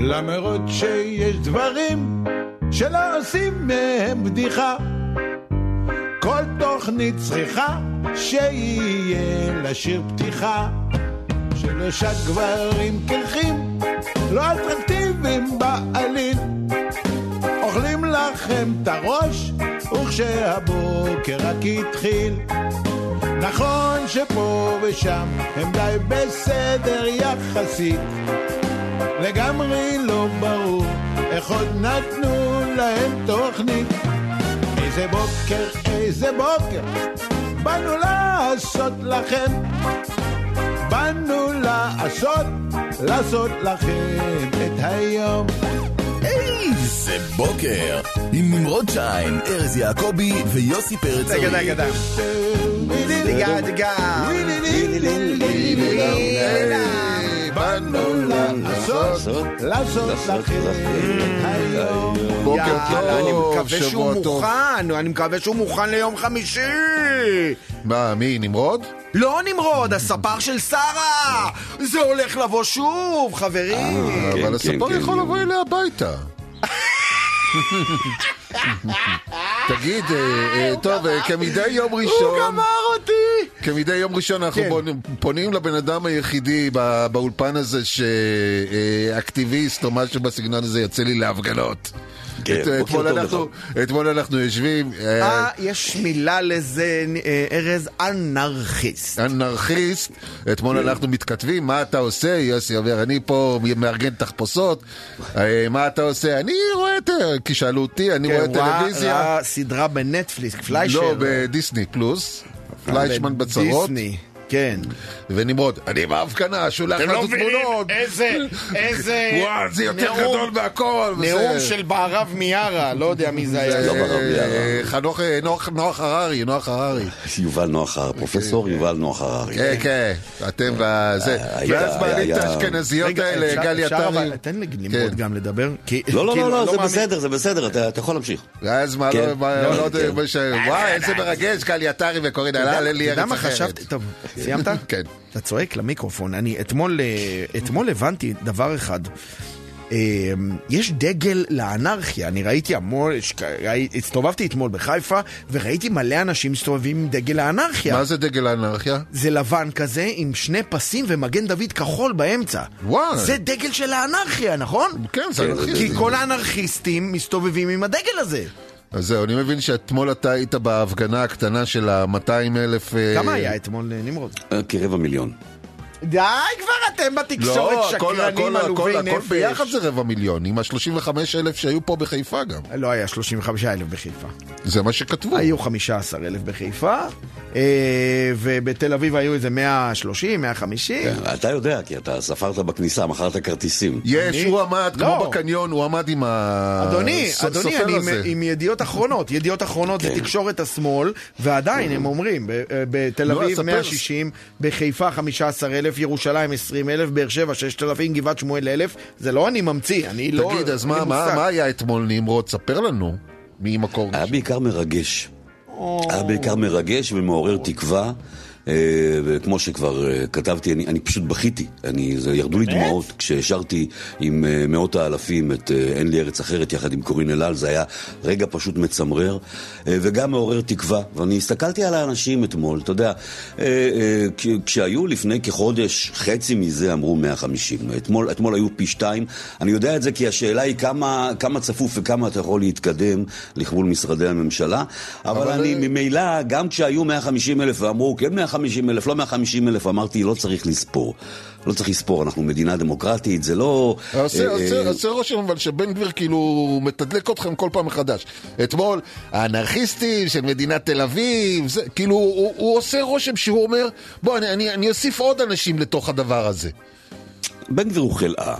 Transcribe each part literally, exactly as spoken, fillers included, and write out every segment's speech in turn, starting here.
למרות שיש דברים שלא עושים מהם בדיחה. כל תוכנית צריכה שיהיה לשיר פתיחה. שלושה גברים קרחים לא אטרקטיביים בעליל אוכלים לכם את הראש וכשהבוקר רק התחיל. נכון שפה ושם הם די בסדר יחסית, לגמרי לא ברור איך עוד נתנו להם תוכנית. איזה בוקר, איזה בוקר באנו לעשות לכם, באנו לעשות, לעשות לכם את היום. איזה בוקר עם נמרוד שיין, ארז יעקבי ויוסי פרץ. דגה דגה דגה דגה דגה באנו לעשות, לעשות לכם את היום. בוקר טוב, אני מקווה שהוא מוכן, אני מקווה שהוא מוכן ליום חמישי. מה, מי, נמרוד? לא נמרוד, הספר של שרה. זה הולך לבוא שוב, חברים. אבל הספר יכול לבוא אליה הביתה. תגיד, טוב, כמדי יום ראשון, הוא גמר אותי. כמדי יום ראשון אנחנו פונים לבן אדם היחידי באולפן הזה שאקטיביסט או משהו בסגנון הזה יוצא לי להפגנות. אתמול אנחנו יושבים, יש מילה לזה, ארז, אנרכיסט. אנרכיסט. אתמול אנחנו מתכתבים, מה אתה עושה? יוסי אומר, אני פה מארגן תחפושות. מה אתה עושה? אני רואה את, כי שאלו אותי, אני רואה טלוויזיה. סדרה בנטפליקס, פליישר. לא, בדיסני פלוס. פליישמן בצרות. דיסני. כן. ונמרוד, אני בהפגנה, שולח לנו תמונות. איזה, איזה... וואו, זה יותר גדול מהכל. נאום של בערב מיארה, לא יודע מי זה היה. לא בערב מיארה. חנוך, נוח הררי, נוח הררי. יובל נוח הררי, פרופסור יובל נוח הררי. כן, כן, אתם וזה. ואז מעלים את האשכנזיות האלה, גלי עטרי. תן לנמרוד גם לדבר. לא, לא, לא, זה בסדר, זה בסדר, אתה יכול להמשיך. אז מה, לא יודע, וואי, איזה מרגש, גלי עטרי וקורין, עלה לי ארץ אחרת. טוב, סיימת? כן. אתה צועק למיקרופון. אני אתמול, אתמול הבנתי דבר אחד. יש דגל לאנרכיה. אני ראיתי המון, הסתובבתי אתמול בחיפה, וראיתי מלא אנשים מסתובבים עם דגל לאנרכיה. מה זה דגל לאנרכיה? זה לבן כזה, עם שני פסים ומגן דוד כחול באמצע. וואי. זה דגל של האנרכיה, נכון? כן, זה אנרכיסטים. כי כל האנרכיסטים מסתובבים עם הדגל הזה. אז זהו, אני מבין שאתמול אתה היית בהפגנה הקטנה של ה-מאתיים אלף... כמה היה אתמול, נמרוד? כרבע מיליון. די כבר, אתם בתקשורת שקרנים עלובי נפש. הכל ביחד זה רבע מיליון, עם ה-שלושים וחמישה אלף שהיו פה בחיפה גם. לא היה שלושים וחמישה אלף בחיפה. זה מה שכתבו. היו חמישה עשר אלף בחיפה, ובתל אביב היו איזה מאה ושלושים, מאה וחמישים. אתה יודע, כי אתה ספרת בכניסה, מכרת כרטיסים. יש, הוא עמד, כמו בקניון, הוא עמד עם הסופר הזה. אדוני, אני עם ידיעות אחרונות. ידיעות אחרונות זה תקשורת השמאל, ועדיין הם אומרים, בתל אביב מאה ושישים, בחיפה חמישה עשר אלף, ירושלים עשרים אלף, באר שבע ששת אלפים, גבעת שמואל אלף. זה לא אני ממציא, אני לא... תגיד, אז מה היה אתמול, נמרוד? ספר לנו מי מקור. היה בעיקר מרגש. היה בעיקר מרגש ומעורר תקווה. וכמו שכבר כתבתי, אני, אני פשוט בכיתי, אני, זה ירדו לי דמעות כששרתי עם מאות האלפים את אין לי ארץ אחרת יחד עם קורין אלעל. זה היה רגע פשוט מצמרר וגם מעורר תקווה. ואני הסתכלתי על האנשים אתמול, אתה יודע, כשהיו לפני כחודש חצי מזה אמרו מאה וחמישים, אתמול, אתמול היו פי שתיים. אני יודע את זה כי השאלה היא כמה, כמה צפוף וכמה אתה יכול להתקדם לכבול משרדי הממשלה, אבל, אבל אני ממילא גם כשהיו מאה וחמישים אלף ואמרו כן מאה וחמישים אלף, לא מאה וחמישים אלף, אמרתי, לא צריך לספור. לא צריך לספור, אנחנו מדינה דמוקרטית, זה לא... עושה רושם, אבל שבן גביר כאילו מתדלק אתכם כל פעם מחדש. אתמול, האנרכיסטים של מדינת תל אביב, כאילו, הוא עושה רושם שהוא אומר, בוא, אני אוסיף עוד אנשים לתוך הדבר הזה. בן גביר הוא חלאה,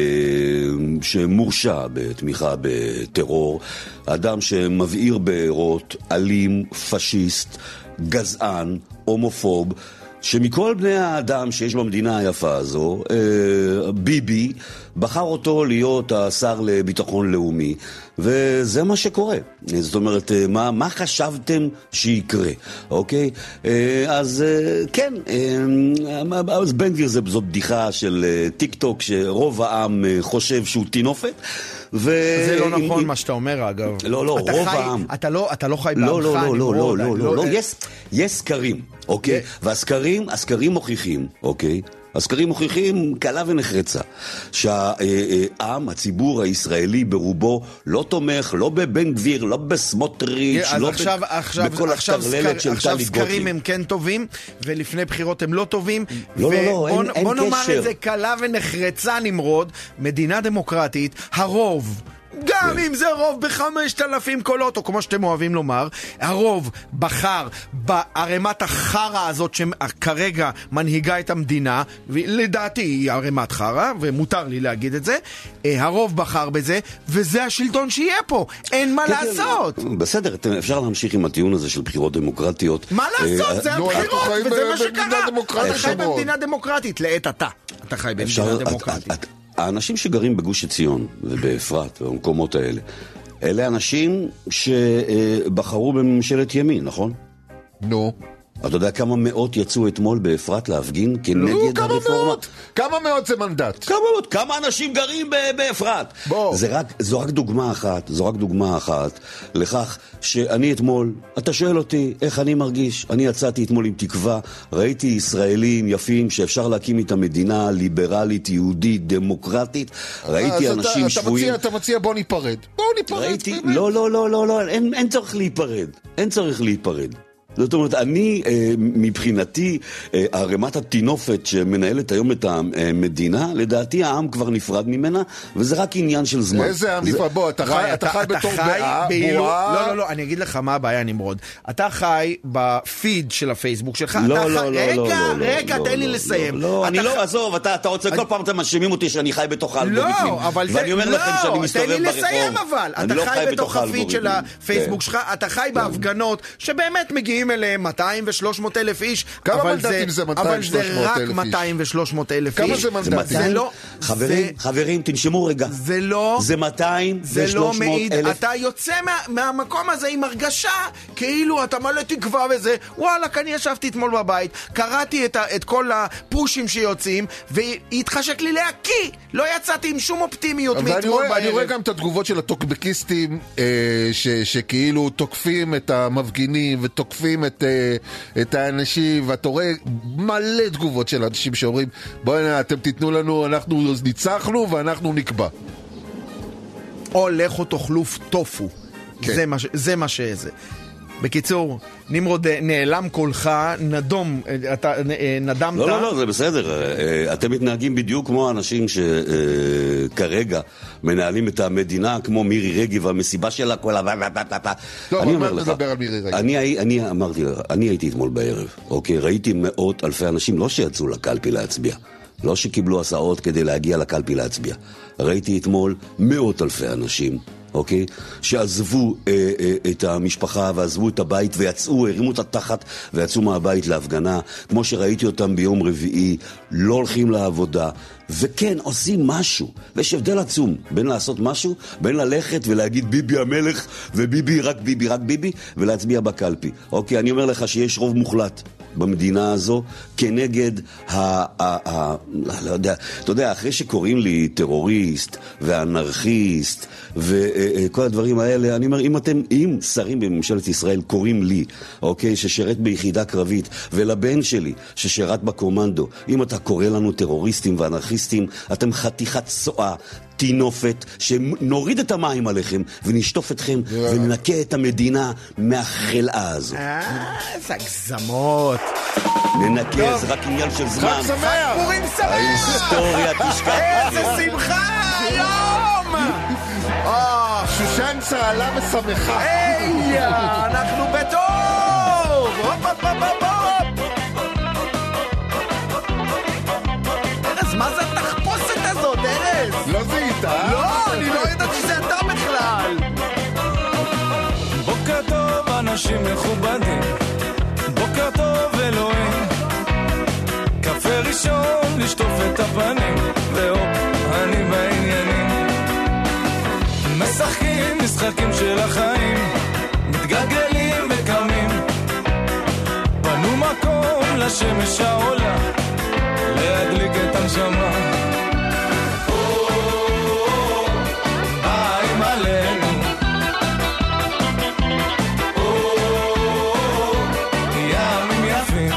שמורשע בתמיכה בטרור, אדם שמבעיר בעירות, אלים, פשיסט, גזען, הומופוב, שמכל בני האדם שיש במדינה היפה הזו, ביבי בחר אותו להיות השר לביטחון לאומי, וזה מה שקורה. זאת אומרת, מה, מה חשבתם שיקרה, אוקיי? אז כן, אז בן גביר זה, זו בדיחה של טיק טוק, שרוב העם חושב שהוא תינופת, ו... זה לא נכון מה שאתה אומר, אגב. לא, לא, רוב העם. אתה לא, אתה לא חי בעמך. לא, לא, לא, לא, לא, לא, לא, יש, יש סקרים, אוקיי? והסקרים, הסקרים מוכיחים, אוקיי? הסקרים מוכיחים קלה ונחרצה שהעם, הציבור הישראלי ברובו לא תומך, לא בבן גביר, לא בסמוטריץ', לא עכשיו, עכשיו, בכל הכתרללת של עכשיו טלי גוטליב. סקרים הם כן טובים, ולפני בחירות הם לא טובים. לא, לא, לא, אין, אין קשר. בוא נאמר את זה קלה ונחרצה, נמרוד, מדינה דמוקרטית, הרוב, גם אם זה רוב בחמשת אלפים קולות, או כמו שאתם אוהבים לומר, הרוב בחר בערימת החרה הזאת שכרגע מנהיגה את המדינה, ולדעתי היא ערימת חרה, ומותר לי להגיד את זה, הרוב בחר בזה, וזה השלטון שיהיה פה, אין מה לעשות. בסדר, אפשר להמשיך עם הטיעון הזה של בחירות דמוקרטיות. מה לעשות? זה הבחירות, וזה מה שקרה. אתה חי במדינה דמוקרטית, לעת אתה. אתה חי במדינה דמוקרטית. האנשים שגרים בגוש עציון ובאפרת ובמקומות האלה, אלה אנשים שבחרו בממשלת ימין, נכון? נו. אתה יודע כמה מאות יצאו אתמול באפרת להפגין כנגד הרפורמה? כמה מאות זה מנדט? כמה מאות, כמה אנשים גרים באפרת? זו רק דוגמה אחת, זו רק דוגמה אחת לכך שאני אתמול, אתה שואל אותי איך אני מרגיש, אני יצאתי אתמול עם תקווה, ראיתי ישראלים יפים שאפשר להקים איתם מדינה ליברלית, יהודית, דמוקרטית, ראיתי אנשים שבויים. אתה מציע בוא ניפרד. בוא ניפרד. לא, לא, לא, לא, אין צורך להיפרד, אין צורך להיפרד. זאת אומרת, אני, מבחינתי, הרמת התינופת שמנהלת היום את המדינה, לדעתי העם כבר נפרד ממנה, וזה רק עניין של זמן. איזה העם נפרד? בוא, אתה חי בתור בועה? לא, לא, לא, אני אגיד לך מה הבעיה, נמרוד. אתה חי בפיד של הפייסבוק שלך. לא, לא, לא. רגע, רגע, תן לי לסיים. לא, אני לא, עזוב, אתה רוצה, כל פעם אתם משאימים אותי שאני חי בתוך האלגוריתמים. לא, אבל ואני אומר לכם שאני מסתובב ברחוב. תן לי לסיים אבל. אתה חי בתוך הפיד של הפייסבוק שלך, אתה חי בהפגנות שבאמת מגיעים אליהם מאתיים ושלוש מאות אלף איש. כמה מנדטים זה מאתיים ושלוש מאות אלף איש? אבל זה רק מאתיים ושלוש מאות אלף איש. כמה זה מנדטים? זה לא... חברים, חברים, תנשמו רגע. זה לא... זה מאתיים ושלוש מאות אלף. אתה יוצא מהמקום הזה עם הרגשה כאילו אתה מלא תקווה וזה. וואלה, אני ישבתי אתמול בבית, קראתי את כל הפושים שיוצאים, והתחשק לי להקיא. לא יצאתי עם שום אופטימיות מאתמול בערב. אני רואה גם את התגובות של הטוקבקיסטים שכאילו תוקפים את המפגינים ותוקפים את את האנשים, ואתה רואה מלא תגובות של אנשים שאומרים בואו הנה, אתם תיתנו לנו, אנחנו ניצחנו ואנחנו נקבע. או לכו תאכלו טופו. כן. זה מה, זה מה שזה. בקיצור, נמרוד, נעלם קולך, נדום, אתה נדמת. לא, לא, לא, זה בסדר. אתם מתנהגים בדיוק כמו האנשים שכרגע מנהלים את המדינה, כמו מירי רגב והמסיבה שלה, כל ה... לא, אני אומר לך, על מירי רגב. אני, אני אמרתי לך, אני הייתי אתמול בערב, אוקיי? ראיתי מאות אלפי אנשים, לא שיצאו לקלפי להצביע, לא שקיבלו הסעות כדי להגיע לקלפי להצביע. ראיתי אתמול מאות אלפי אנשים, אוקיי? שעזבו אה, אה, את המשפחה ועזבו את הבית ויצאו, הרימו את התחת ויצאו מהבית להפגנה, כמו שראיתי אותם ביום רביעי, לא הולכים לעבודה, וכן, עושים משהו. ויש הבדל עצום בין לעשות משהו, בין ללכת ולהגיד ביבי המלך וביבי, רק ביבי, רק ביבי, ולהצביע בקלפי. אוקיי, אני אומר לך שיש רוב מוחלט במדינה הזו כנגד ה... ה, ה לא יודע, אתה יודע, אחרי שקוראים לי טרוריסט ואנרכיסט וכל הדברים האלה, אני אומר, אם אתם, אם שרים בממשלת ישראל קוראים לי, אוקיי, ששרת ביחידה קרבית, ולבן שלי ששרת בקומנדו, אם אתה קורא לנו טרוריסטים ואנרכיסטים, אתם חתיכת צועה, תינופת, שנוריד את המים עליכם ונשטוף אתכם וננקה את המדינה מהחלאה הזו. אה, זה הגזמות. ננקה, זה רק עניין של זמן. חג שמח! פורים שמח! ההיסטוריה תשכח. איזה שמחה היום! שושן צהלה ושמחה. היי, אנחנו בטוב! הופ הופ הופ הופ! ארז, מה זה התחפושת הזאת, ארז? לא זיהית, אה? לא, אני לא יודעת שזה אתה בכלל. בוקר טוב, אנשים מכובדים, בוקר טוב אלוהים, את הפנים, והופ, אני בעניינים. משחקים משחקים של החיים, מתגלגלים וקמים, פנו מקום לשמש העולה, להדליק את הנשמה. באים עלינו, ימים יפים.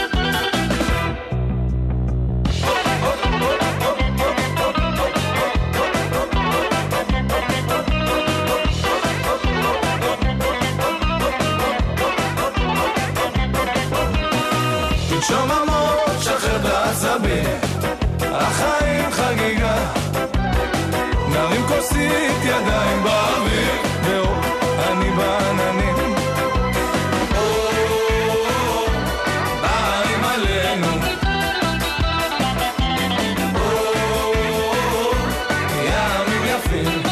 תנשום עמוק, שחרר את העצבים, החיים חגיגה, נרים כוסית ידיים באוויר, והוא אני בעננים. באים עלינו, ימים יפים.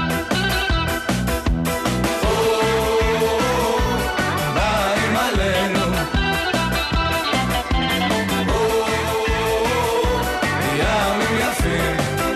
באים עלינו, ימים יפים.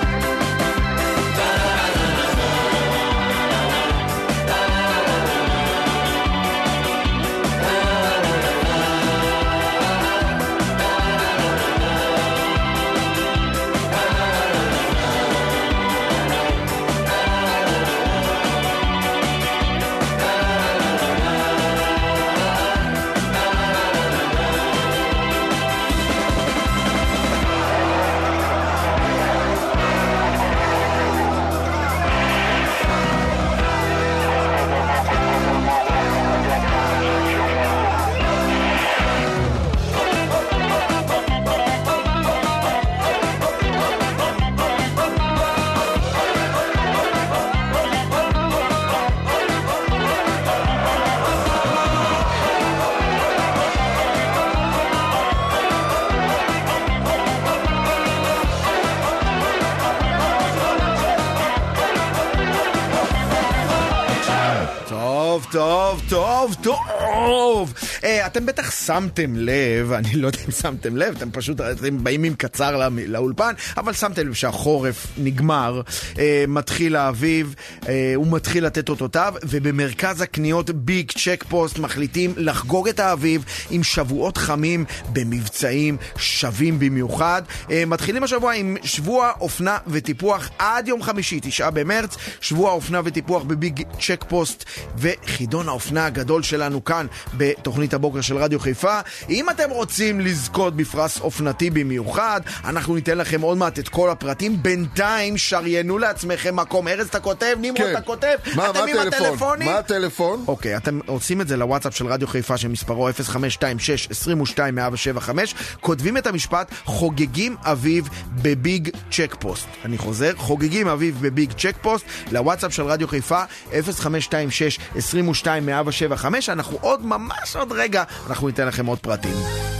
טוב, טוב, טוב, טוב. אה, אתם בטח שמתם לב, אני לא יודע אם שמתם לב, אתם פשוט אתם באים עם קצר לא, לאולפן, אבל שמתם לב שהחורף נגמר, אה, מתחיל האביב, אה, הוא מתחיל לתת אותותיו, ובמרכז הקניות ביג צ'ק פוסט מחליטים לחגוג את האביב עם שבועות חמים במבצעים שווים במיוחד. אה, מתחילים השבוע עם שבוע אופנה וטיפוח עד יום חמישי, תשעה במרץ, שבוע אופנה וטיפוח בביג צ'ק פוסט וחידון האופנה הגדול שלנו כאן בתוכנית הבוקר של רדיו חיפה. אם אתם רוצים לזכות בפרס אופנתי במיוחד, אנחנו ניתן לכם עוד מעט את כל הפרטים. בינתיים שריינו לעצמכם מקום. ארז אתה כותב, נימו כן. אתה כותב, מה, אתם מה עם הטלפון? הטלפונים? מה הטלפון? אוקיי, אתם עושים את זה לוואטסאפ של רדיו חיפה שמספרו אפס חמש שתיים שש עשרים ושתיים מאה שבע חמש, כותבים את המשפט חוגגים אביב בביג צ'ק פוסט. אני חוזר, חוגגים אביב בביג צ'ק פוסט לוואטסאפ של רדיו חיפה אפס חמש שתיים שש עשרים ושתיים מאה שבע חמש. אנחנו עוד ממש עוד רגע אנחנו ניתן לכם עוד פרטים.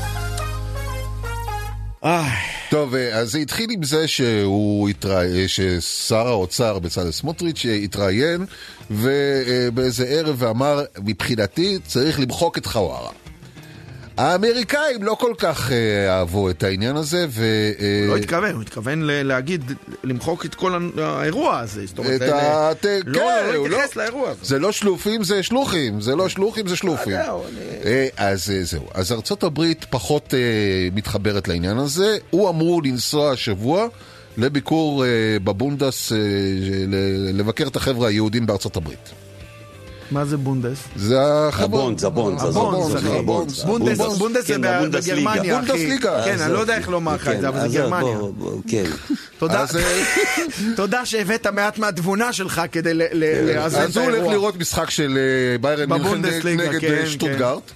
טוב, אז זה התחיל עם זה שהוא התראיין, ששר האוצר בצלאל סמוטריץ' התראיין ובאיזה ערב ואמר, מבחינתי צריך למחוק את חווארה. האמריקאים לא כל כך אהבו את העניין הזה ו... הוא לא התכוון, הוא התכוון להגיד, למחוק את כל האירוע הזה. את ה... לא, לא להתייחס לאירוע הזה. זה לא שלופים, זה שלוחים. זה לא שלוחים, זה שלופים. אז זהו. אז ארצות הברית פחות מתחברת לעניין הזה. הוא אמור לנסוע השבוע לביקור בבונדס, לבקר את החבר'ה היהודים בארצות הברית. מה זה בונדס? זה הבונדס, הבונדס, הבונדס. בונדס זה בגרמניה, אחי. כן, אני לא יודע איך לומר לך את זה, אבל זה גרמניה. כן. תודה שהבאת מעט מהתבונה שלך כדי לאזן את אז הוא האירוע. הולך לראות משחק של ביירן מינכן נגד שטוטגרט.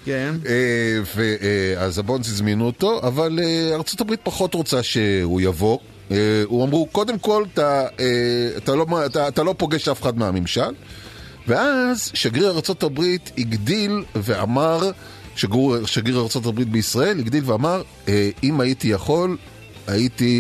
אז הבונדס הזמינו אותו, אבל ארצות הברית פחות רוצה שהוא יבוא. הוא אמרו, קודם כל, אתה לא פוגש אף אחד מהממשל. ואז שגריר ארצות הברית הגדיל ואמר, שגריר, שגריר ארצות הברית בישראל הגדיל ואמר, אם הייתי יכול, הייתי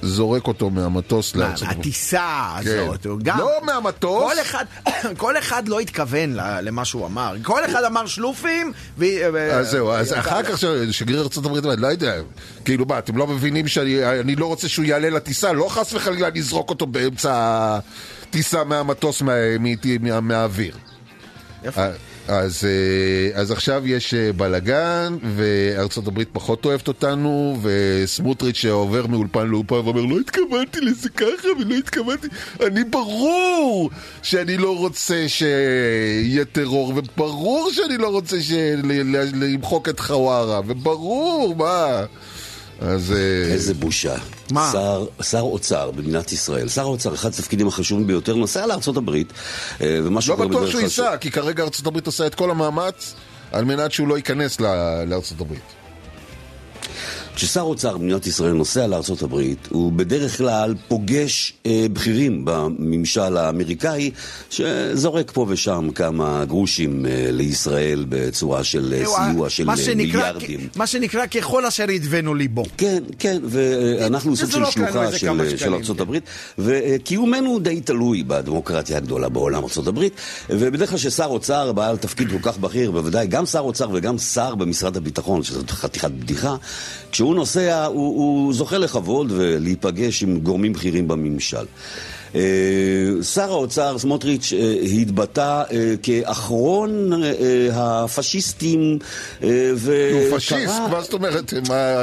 זורק אותו מהמטוס לארצות הברית. הטיסה הזאת. לא מהמטוס. כל אחד, כל אחד לא התכוון למה שהוא אמר. כל אחד אמר שלופים. אז זהו, אז אחר כך שגריר ארצות הברית, לא יודע, כאילו מה, אתם לא מבינים שאני לא רוצה שהוא יעלה לטיסה, לא חס וחלילה נזרוק אותו באמצע הטיסה מהמטוס מהאוויר. יפה. אז, אז עכשיו יש בלגן, וארצות הברית פחות אוהבת אותנו, וסמוטריץ' שעובר מאולפן לאולפן ואומר, לא התכוונתי לזה ככה, ולא התכוונתי, אני ברור שאני לא רוצה שיהיה טרור, וברור שאני לא רוצה למחוק את חווארה, וברור, מה? אז... איזה בושה. מה? שר, שר אוצר במדינת ישראל, שר האוצר, אחד התפקידים החשובים ביותר, נוסע לארצות הברית, ומה לא בטוח שהוא ייסע, כי כרגע ארצות הברית עושה את כל המאמץ על מנת שהוא לא ייכנס לארצות הברית. כששר אוצר במדינת ישראל נוסע לארצות הברית, הוא בדרך כלל פוגש אה, בכירים בממשל האמריקאי, שזורק פה ושם כמה גרושים אה, לישראל בצורה של אה, סיוע של מה אה, מיליארדים. כ- מה שנקרא ככל אשר ידבנו ליבו. כן, כן, ואנחנו סוג של שלוחה של, של ארצות הברית, וקיומנו די תלוי בדמוקרטיה הגדולה בעולם ארצות הברית, ובדרך כלל ששר אוצר בעל תפקיד כל כך בכיר, בוודאי גם שר אוצר וגם שר במשרד הביטחון, שזאת חתיכת בדיחה, כשהוא נוסע, הוא, הוא זוכה לכבוד ולהיפגש עם גורמים בכירים בממשל. שר האוצר סמוטריץ' התבטא כאחרון הפשיסטים הוא פשיסט, מה זאת אומרת?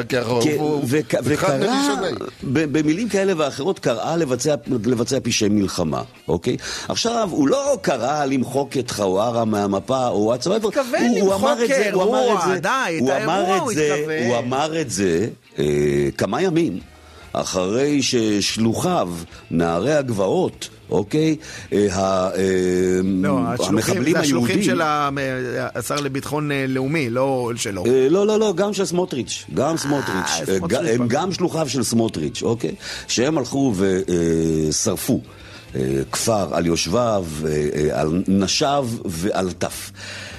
וקרא במילים כאלה ואחרות קרא לבצע פשעי מלחמה, אוקיי? עכשיו הוא לא קרא למחוק את חווארה מהמפה או הצבא, הוא אמר את זה, הוא אמר את זה כמה ימים אחרי ששלוחיו, נערי הגבעות, אוקיי, המחבלים היהודים... השלוחים של השר לביטחון לאומי, לא שלו. לא, לא, לא, גם של סמוטריץ', גם סמוטריץ'. הם גם שלוחיו של סמוטריץ', אוקיי? שהם הלכו ושרפו כפר על יושביו, על נשיו ועל טף.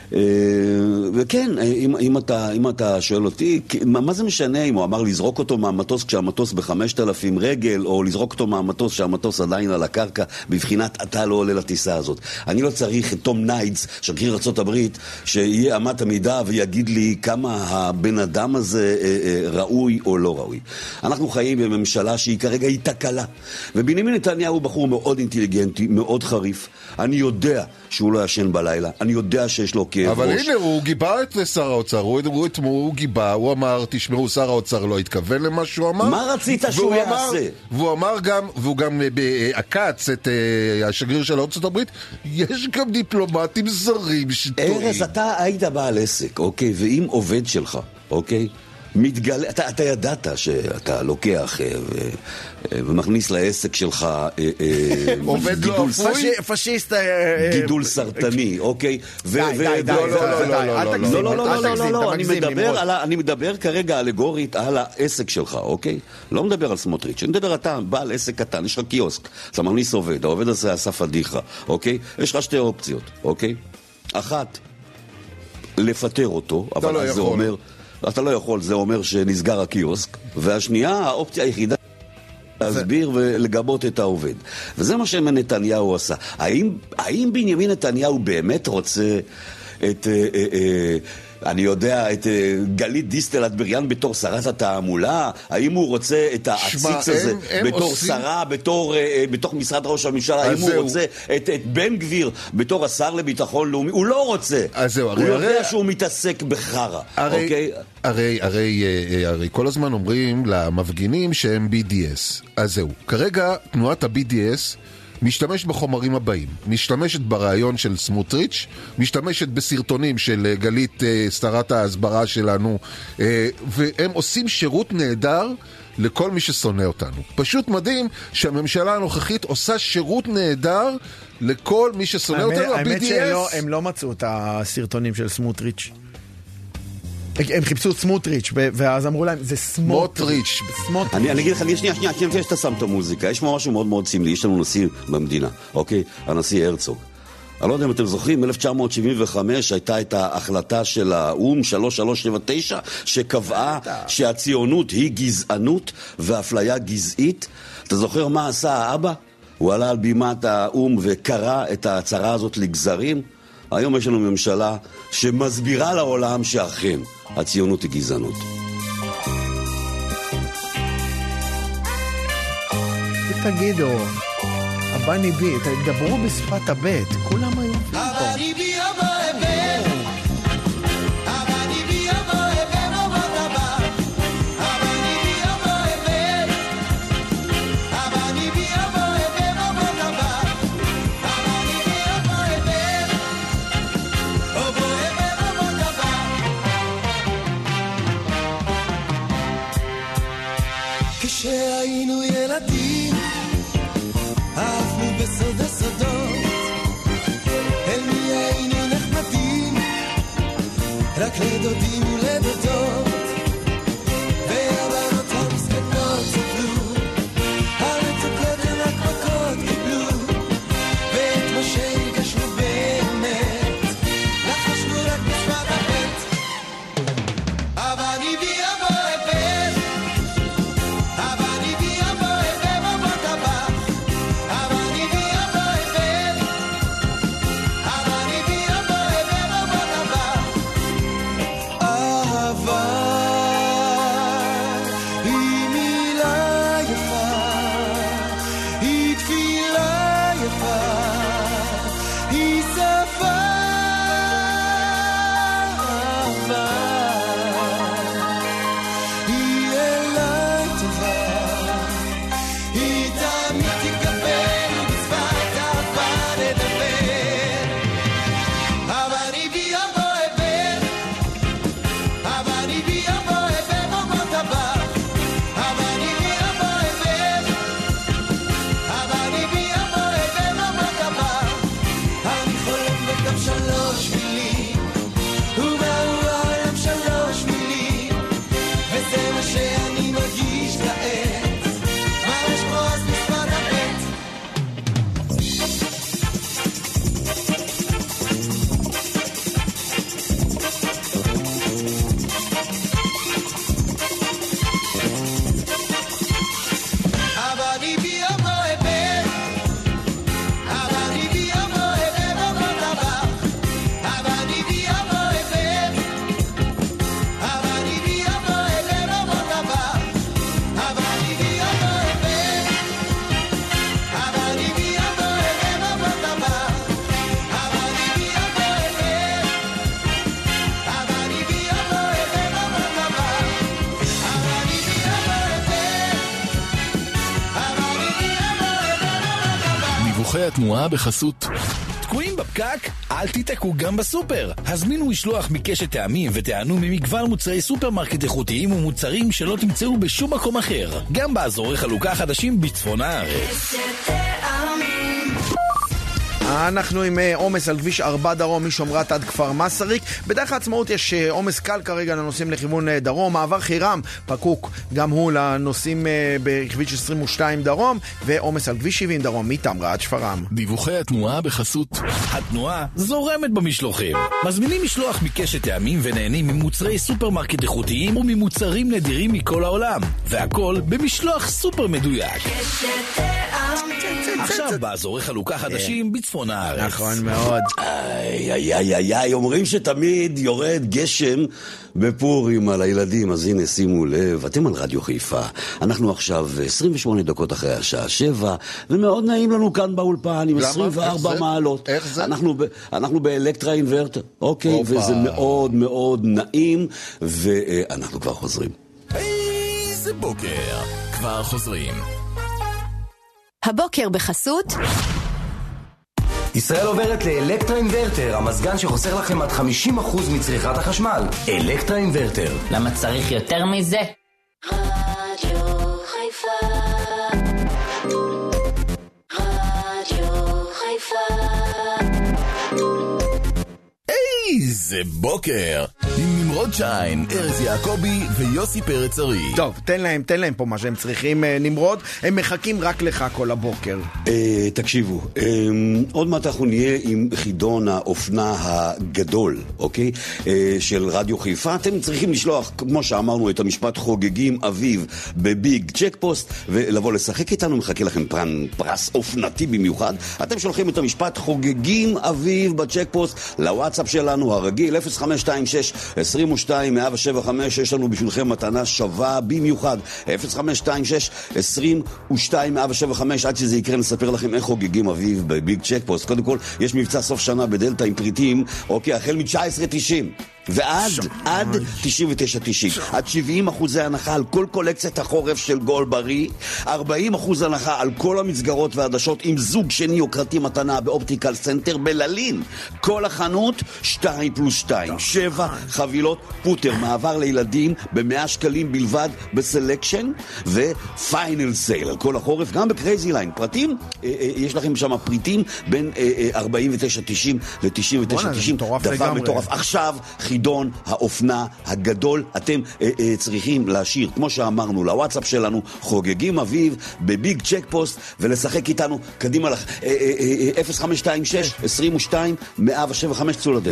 וכן, אם, אם, אתה, אם אתה שואל אותי, מה, מה זה משנה אם הוא אמר לזרוק אותו מהמטוס כשהמטוס בחמשת אלפים רגל, או לזרוק אותו מהמטוס כשהמטוס עדיין על הקרקע, בבחינת אתה לא עולה לטיסה הזאת. אני לא צריך את תום ניידס, שגריר ארצות הברית, שיהיה אמת המידה ויגיד לי כמה הבן אדם הזה אה, אה, ראוי או לא ראוי. אנחנו חיים בממשלה שהיא כרגע היא תקלה, ובנימין נתניהו הוא בחור מאוד אינטליגנטי, מאוד חריף. אני יודע שהוא לא ישן בלילה, אני יודע שיש לו כאב אבל ראש. הנה, הוא גיבה את שר האוצר, הוא, הוא, הוא גיבה, הוא אמר, תשמעו, שר האוצר לא התכוון למה שהוא אמר. מה רצית שהוא יעשה? והוא אמר גם, והוא גם עקץ את uh, השגריר של ארצות הברית, יש גם דיפלומטים זרים שטועים. ארז, אתה היית בעל עסק, אוקיי, ואם עובד שלך, אוקיי, מתגלה, אתה, אתה ידעת שאתה לוקח ו, ומכניס לעסק שלך עובד לו פשיסט גידול סרטני, אוקיי? די, די, די, אל תגזים, לא, לא, לא, לא, לא, אני מדבר כרגע אלגורית על העסק שלך, אוקיי? לא מדבר על סמוטריץ', אני מדבר אתה, בעל עסק קטן, יש לך קיוסק, אתה מכניס עובד, העובד הזה עשה פדיחה, אוקיי? יש לך שתי אופציות, אוקיי? אחת, לפטר אותו, אבל זה אומר... אתה לא יכול, זה אומר שנסגר הקיוסק, והשנייה, האופציה היחידה להסביר ולגבות את העובד. וזה מה שנתניהו עשה. האם, האם בנימין נתניהו באמת רוצה את... אה, אה, אה, אני יודע, את גלית דיסטל אטבריאן בתור שרת התעמולה? האם הוא רוצה את העציץ הזה בתור שרה, בתור, בתוך משרד ראש הממשלה? האם הוא רוצה את, את בן גביר בתור השר לביטחון לאומי? הוא לא רוצה. הוא יודע שהוא מתעסק בחרה. הרי, הרי, הרי, הרי כל הזמן אומרים למפגינים שהם בי די אס. אז זהו. כרגע תנועת ה-בי די אס משתמשת בחומרים הבאים, משתמשת ברעיון של סמוטריץ', משתמשת בסרטונים של גלית, שרת ההסברה שלנו, והם עושים שירות נהדר לכל מי ששונא אותנו. פשוט מדהים שהממשלה הנוכחית עושה שירות נהדר לכל מי ששונא אותנו. האמת שהם לא מצאו את הסרטונים של סמוטריץ'. הם חיפשו את סמוטריץ' ואז אמרו להם, זה סמוטריץ'. אני אגיד לך, שנייה, שנייה, שנייה, שאתה שם את המוזיקה. יש משהו מאוד מאוד סמלי, יש לנו נשיא במדינה, אוקיי? הנשיא הרצוג. אני לא יודע אם אתם זוכרים, אלף תשע מאות שבעים וחמש הייתה את ההחלטה של האום שלוש שלוש שבע תשע שקבעה שהציונות היא גזענות ואפליה גזעית. אתה זוכר מה עשה האבא? הוא עלה על בימת האום וקרא את ההצהרה הזאת לגזרים. היום יש לנו ממשלה שמסבירה לעולם שאכן הציונות היא גזענות. תגידו, הבני בי, תדברו בשפת הבית, כולם היו פה. הבני בי אבא אבן, הבני בי אבא אבן עובד הבא, הבני בי אבא אבן, הבני בי אבא אבן עובד הבא, הבני בי אבא אבן, עובו אבן עובד הבא. כשהיינו ילדים אהבנו בסוד הסודות, אל מי היינו נחמדים, רק לדודים ולדודות, והבנות המסכנות סבלו, המתוקות הן רק מכות קיבלו, ואת מה שהרגשנו באמת, לחשנו רק בשפת הבית. הבני בי אבא אבן, הבני בי אבא אבן עובד הבא, הבני בי אבא אבן, הבני בי אבא אבן עובד הבא. אהבה היא מילה יפה, היא תפילה יפה, היא שפה. אהבה היא אליי טובה, היא תמיד תקבל ובשפת אהבה לדבר. הבני בי אבא אבן, הבני בי אבא אבן עובד הבא, הבני בי אבא אבן, הבני בי אבא אבן עובד הבא. אני חולם בקו שלוש מילים, ומהו העולם שלוש מילים, וזה מה שאני מרגיש כעת, ממש כמו אז בשפת הבית. הבני בי אבא אבן, הבני בי אבא אבן עובד הבא, הבני בי אבא אבן, הבני בי אבא אבן עובד הבא, הבני בי אבא אבן, הבני בי אבא אבן עובד הבא, הבני בי אבא אבן, הבני בי אבא אבן עובד הבא, הבני בי אבא אבן, הבני בי אבא אבן עובד הבא. דיווחי התנועה בחסות. תקועים בפקק? אל תיתקעו גם בסופר. הזמינו משלוח מקשת טעמים וטענו ממגוון מוצרי סופרמרקט איכותיים ומוצרים שלא תמצאו בשום מקום אחר. גם באזורי חלוקה חדשים בצפון הארץ. אנחנו עם עומס על כביש ארבע דרום משומרת עד כפר מסריק. בדרך העצמאות יש עומס קל כרגע לנוסעים לכיוון דרום. מעבר חירם פקוק גם הוא לנוסעים בכביש עשרים ושתיים דרום, ועומס על כביש שבעים דרום מתמרה עד שפרעם. דיווחי התנועה בחסות. התנועה זורמת במשלוחים. מזמינים משלוח מקשת טעמים ונהנים ממוצרי סופרמרקט איכותיים וממוצרים נדירים מכל העולם, והכל במשלוח סופר מדויק. עכשיו באזורי חלוקה חדשים בצפון הארץ. נכון מאוד. איי, איי, איי, איי, איי, אומרים שתמיד יורד גשם בפורים על הילדים, אז הנה שימו לב, אתם על רדיו חיפה. אנחנו עכשיו עשרים ושמונה דקות אחרי השעה שבע, ומאוד נעים לנו כאן באולפן עם עשרים וארבע מעלות. איך זה? אנחנו, ב, אנחנו באלקטרה אינברטר, אוקיי, אופה. וזה מאוד מאוד נעים, ואנחנו כבר חוזרים. איזה בוקר, כבר חוזרים. הבוקר בחסות ישראל עוברת לאלקטרה אינברטר, המזגן שחוסר לכם עד חמישים אחוז מצריכת החשמל. אלקטרה אינברטר. למה צריך יותר מזה? רדיו חיפה, רדיו חיפה. איזה בוקר, עם נמרוד שיין, ארז יעקבי ויוסי פרץ ארי. טוב, תן להם, תן להם פה מה שהם צריכים, נמרוד. הם מחכים רק לך כל הבוקר. תקשיבו, עוד מעט אנחנו נהיה עם חידון האופנה הגדול, אוקיי? של רדיו חיפה. אתם צריכים לשלוח, כמו שאמרנו, את המשפט חוגגים אביב בביג צ'ק פוסט, ולבוא לשחק איתנו. מחכה לכם פרס אופנתי במיוחד. אתם שולחים את המשפט חוגגים אביב בצ'ק פוסט לוואטסאפ שלנו הרגיל אפס חמש שתיים שש עשרים ושתיים מאה שבע חמש. יש לנו בשבילכם מתנה שווה במיוחד אפס חמש שתיים שש עשרים ושתיים מאה שבע חמש. עד שזה יקרה נספר לכם איך חוגגים אביב בביג צ'ק פוסט. קודם כל יש מבצע סוף שנה בדלטה עם פריטים, אוקיי, החל מ-תשע עשרה תשעים ועד עד תשעים ותשע תשעים, עד שבעים אחוזי הנחה על כל קולקציית החורף של גולברי, ארבעים אחוז הנחה על כל המסגרות והעדשות עם זוג שני יוקרתי מתנה באופטיקל סנטר בללין. כל החנות שתיים פלוס שתיים, שבע חבילות פוטר, מעבר לילדים ב-מאה שקלים בלבד בסלקשן, ופיינל סייל על כל החורף גם בקרייזי ליין. פרטים, יש לכם שם פריטים בין ארבעים ותשע תשעים ל-תשעים ותשע תשעים, דבר מטורף. עכשיו חידון האופנה הגדול. אתם אה, אה, צריכים להשאיר, כמו שאמרנו, לוואטסאפ שלנו חוגגים אביב בביג צ'ק פוסט, ולשחק איתנו קדימה לך אה, אה, אה, אפס חמש שתיים שש עשרים ושתיים מאה שבע חמש. צאו לדף.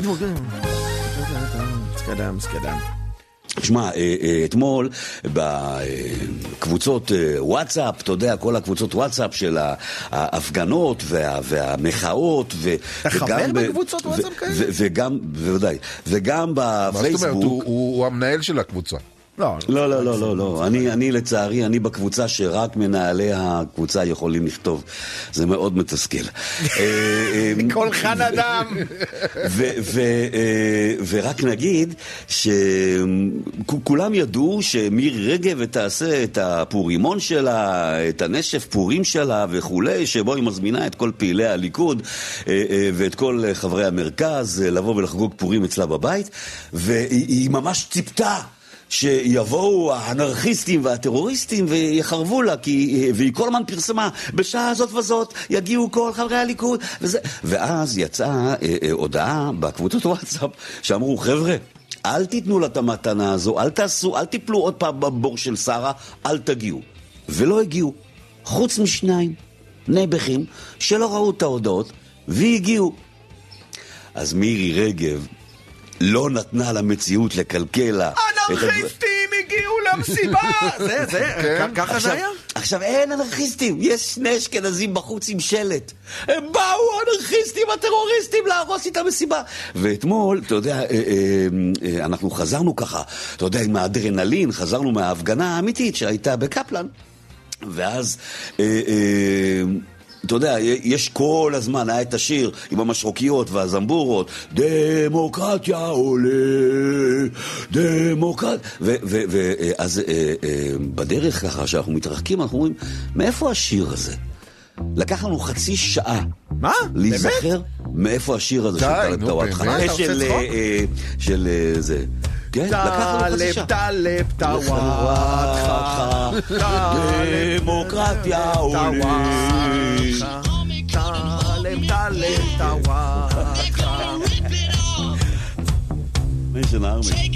סקדם, סקדם. תשמע, אתמול בקבוצות וואטסאפ, אתה יודע, כל הקבוצות וואטסאפ של ההפגנות והמחאות, אתה חבר בקבוצות וואטסאפ כאלה? וגם, בוודאי, וגם בפייסבוק. מה זאת אומרת? הוא המנהל של הקבוצה. לא, לא, לא, לא, לא. אני, אני לצערי, אני בקבוצה שרק מנהלי הקבוצה יכולים לכתוב. זה מאוד מתסכל. כל חן אדם. ורק נגיד שכולם ידעו שמירי רגב תעשה את הפורימון שלה, את הנשף פורים שלה וכולי, שבו היא מזמינה את כל פעילי הליכוד ואת כל חברי המרכז לבוא ולחגוג פורים אצלה בבית, והיא ממש ציפתה שיבואו האנרכיסטים והטרוריסטים ויחרבו לה, כי, והיא כל הזמן פרסמה בשעה הזאת וזאת יגיעו כל חברי הליכוד וזה. ואז יצאה אה, אה, הודעה בקבוצות וואטסאפ שאמרו, חבר'ה, אל תיתנו לה את המתנה הזו, אל תעשו, אל תיפלו עוד פעם בבור של שרה, אל תגיעו. ולא הגיעו, חוץ משניים נבחים שלא ראו את ההודעות והגיעו. אז מירי רגב לא נתנה למציאות לקלקלה. אנרכיסטים הגיעו למסיבה! זה, זה, ככה זה היה? עכשיו אין אנרכיסטים, יש שני אשכנזים בחוץ עם שלט. הם באו אנרכיסטים הטרוריסטים להרוס את המסיבה. ואתמול, אתה יודע, אנחנו חזרנו ככה, אתה יודע, עם האדרנלין, חזרנו מההפגנה האמיתית שהייתה בקפלן. ואז אתה יודע, יש כל הזמן, היה את השיר עם המשרוקיות והזמבורות, דמוקרטיה עולה, דמוקרטיה. ואז בדרך ככה שאנחנו מתרחקים, אנחנו אומרים, מאיפה השיר הזה? לקח לנו חצי שעה. מה? להיזכר מאיפה השיר הזה של טלב טוואטחה. מה, אתה רוצה צחוק? של זה. כן, טלב, טלב טוואטחה, דמוקרטיה עולה. טלב, טלב טוואטחה. מיישן ארמי.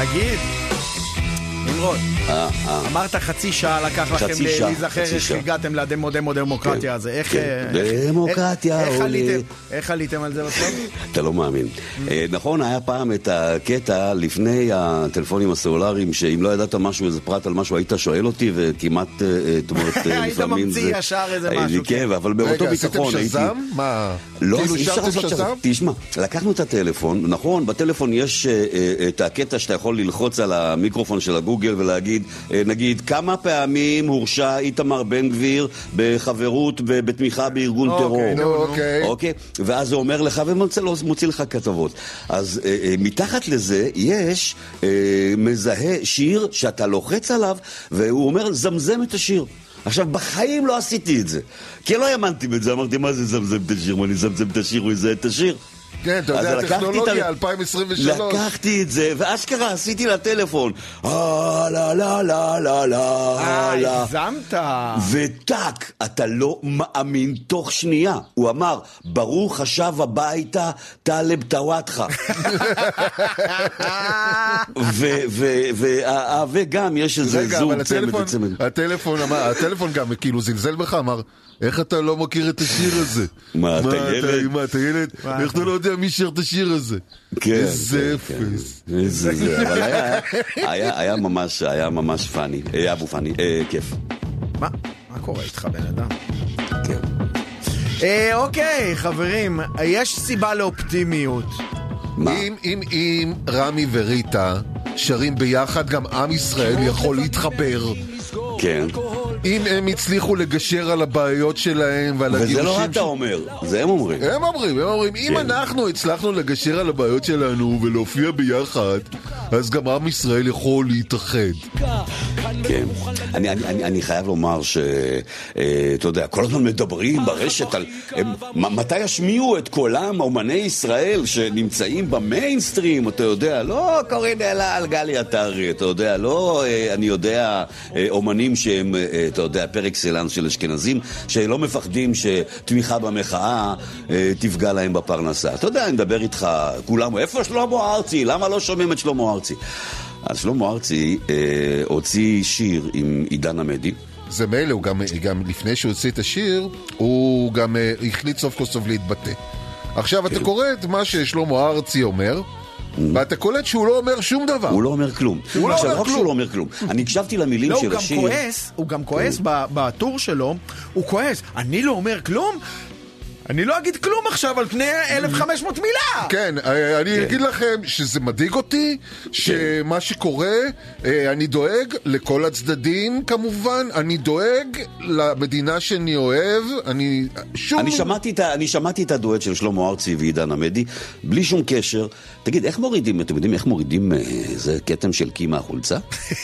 תגיד, נמרוד, אמרת חצי שעה לקח לכם להיזכר איך הגעתם לדמו דמוקרטיה הזה. איך דמוקרטיה עולה. איך עליתם על זה בסוף? אתה לא מאמין. נכון, היה פעם את הקטע לפני הטלפונים הסלולריים, שאם לא ידעת משהו, איזה פרט על משהו, היית שואל אותי, וכמעט, זאת אומרת, היית ממציא ישר איזה משהו. כן, אבל באותו ביטחון הייתי... רגע, עשיתם שזם? מה? לא, אי אפשר לעשות שזם. תשמע, לקחנו את הטלפון, נכון, בטלפון יש את הקטע שאתה יכול ללחוץ על המיקרופון של הגוגל ולהגיד, נגיד, כמה פעמים הורשע איתמר בן גביר בחברות בתמיכה בארגון טרור. אוקיי. אוקיי? ואז זה אומר לך ומוציא לך כתבות. אז מתחת לזה יש מזהה שיר שאתה לוחץ עליו, והוא אומר, זמזם את השיר. עכשיו, בחיים לא עשיתי את זה. כי לא האמנתי בזה, אמרתי, מה זה זמזם את השיר? מה אני זמזם את השיר, הוא יזה את השיר? כן, אתה יודע, הטכנולוגיה אלפיים עשרים ושלוש. לקחתי את זה, ואשכרה עשיתי לטלפון. אה, לא, לא, לא, לא, לא. אה, הגזמת. וטק, אתה לא מאמין תוך שנייה. הוא אמר, ברוך השב הביתה, טלב טוואטחה. וגם יש איזה זוג צמד. הטלפון גם כאילו זלזל בך, אמר, איך אתה לא מכיר את השיר הזה? מה, אתה ילד? מה, אתה ילד? איך אתה לא יודע מי שר את השיר הזה? כן. איזה אפס. איזה זה, אבל היה ממש, היה ממש פאני. אבו פאני, כיף. מה? מה קורה איתך, בן אדם? כן. אוקיי, חברים, יש סיבה לאופטימיות. אם רמי וריטה שרים ביחד, גם עם ישראל יכול להתחבר. כן. אם הם הצליחו לגשר על הבעיות שלהם ועל הגירושים... וזה לא אתה אומר, זה הם אומרים. הם אומרים, הם אומרים, אם אנחנו הצלחנו לגשר על הבעיות שלנו ולהופיע ביחד, אז גם עם ישראל יכול להתאחד. כן. אני, אני, אני חייב לומר ש... אתה יודע, כל הזמן מדברים ברשת על... מתי ישמיעו את קולם אומני ישראל שנמצאים במיינסטרים, אתה יודע, לא קוראים אלא על גלי אתרי, אתה יודע, לא, אני יודע, אומנים שהם... אתה יודע, פרק סילנס של אשכנזים, שלא מפחדים שתמיכה במחאה אה, תפגע להם בפרנסה. אתה יודע, אני מדבר איתך, כולם, איפה שלמה ארצי? למה לא שומעים את שלמה ארצי? אז שלמה ארצי אה, הוציא שיר עם עידן עמדי. זה מילא, הוא גם, גם לפני שהוא הוציא את השיר, הוא גם אה, החליט סוף כל סוף להתבטא. עכשיו כן. אתה קורא את מה ששלמה ארצי אומר, ואתה קולט שהוא לא אומר שום דבר. הוא לא אומר כלום. הוא לא אומר כלום. שהוא לא אומר כלום. אני הקשבתי למילים של השיר. לא, הוא גם כועס בטור שלו, הוא כועס. אני לא אומר כלום? אני לא אגיד כלום עכשיו על פני אלף וחמש מאות מילה. כן, אני אגיד לכם שזה מדאיג אותי, שמה שקורה, אני דואג לכל הצדדים כמובן, אני דואג למדינה שאני אוהב, אני שום... אני שמעתי את, אני שמעתי את הדואט של שלמה ארצי ועידן עמדי, בלי שום קשר. תגיד, איך מורידים, אתם יודעים איך מורידים איזה קטם של קי מהחולצה?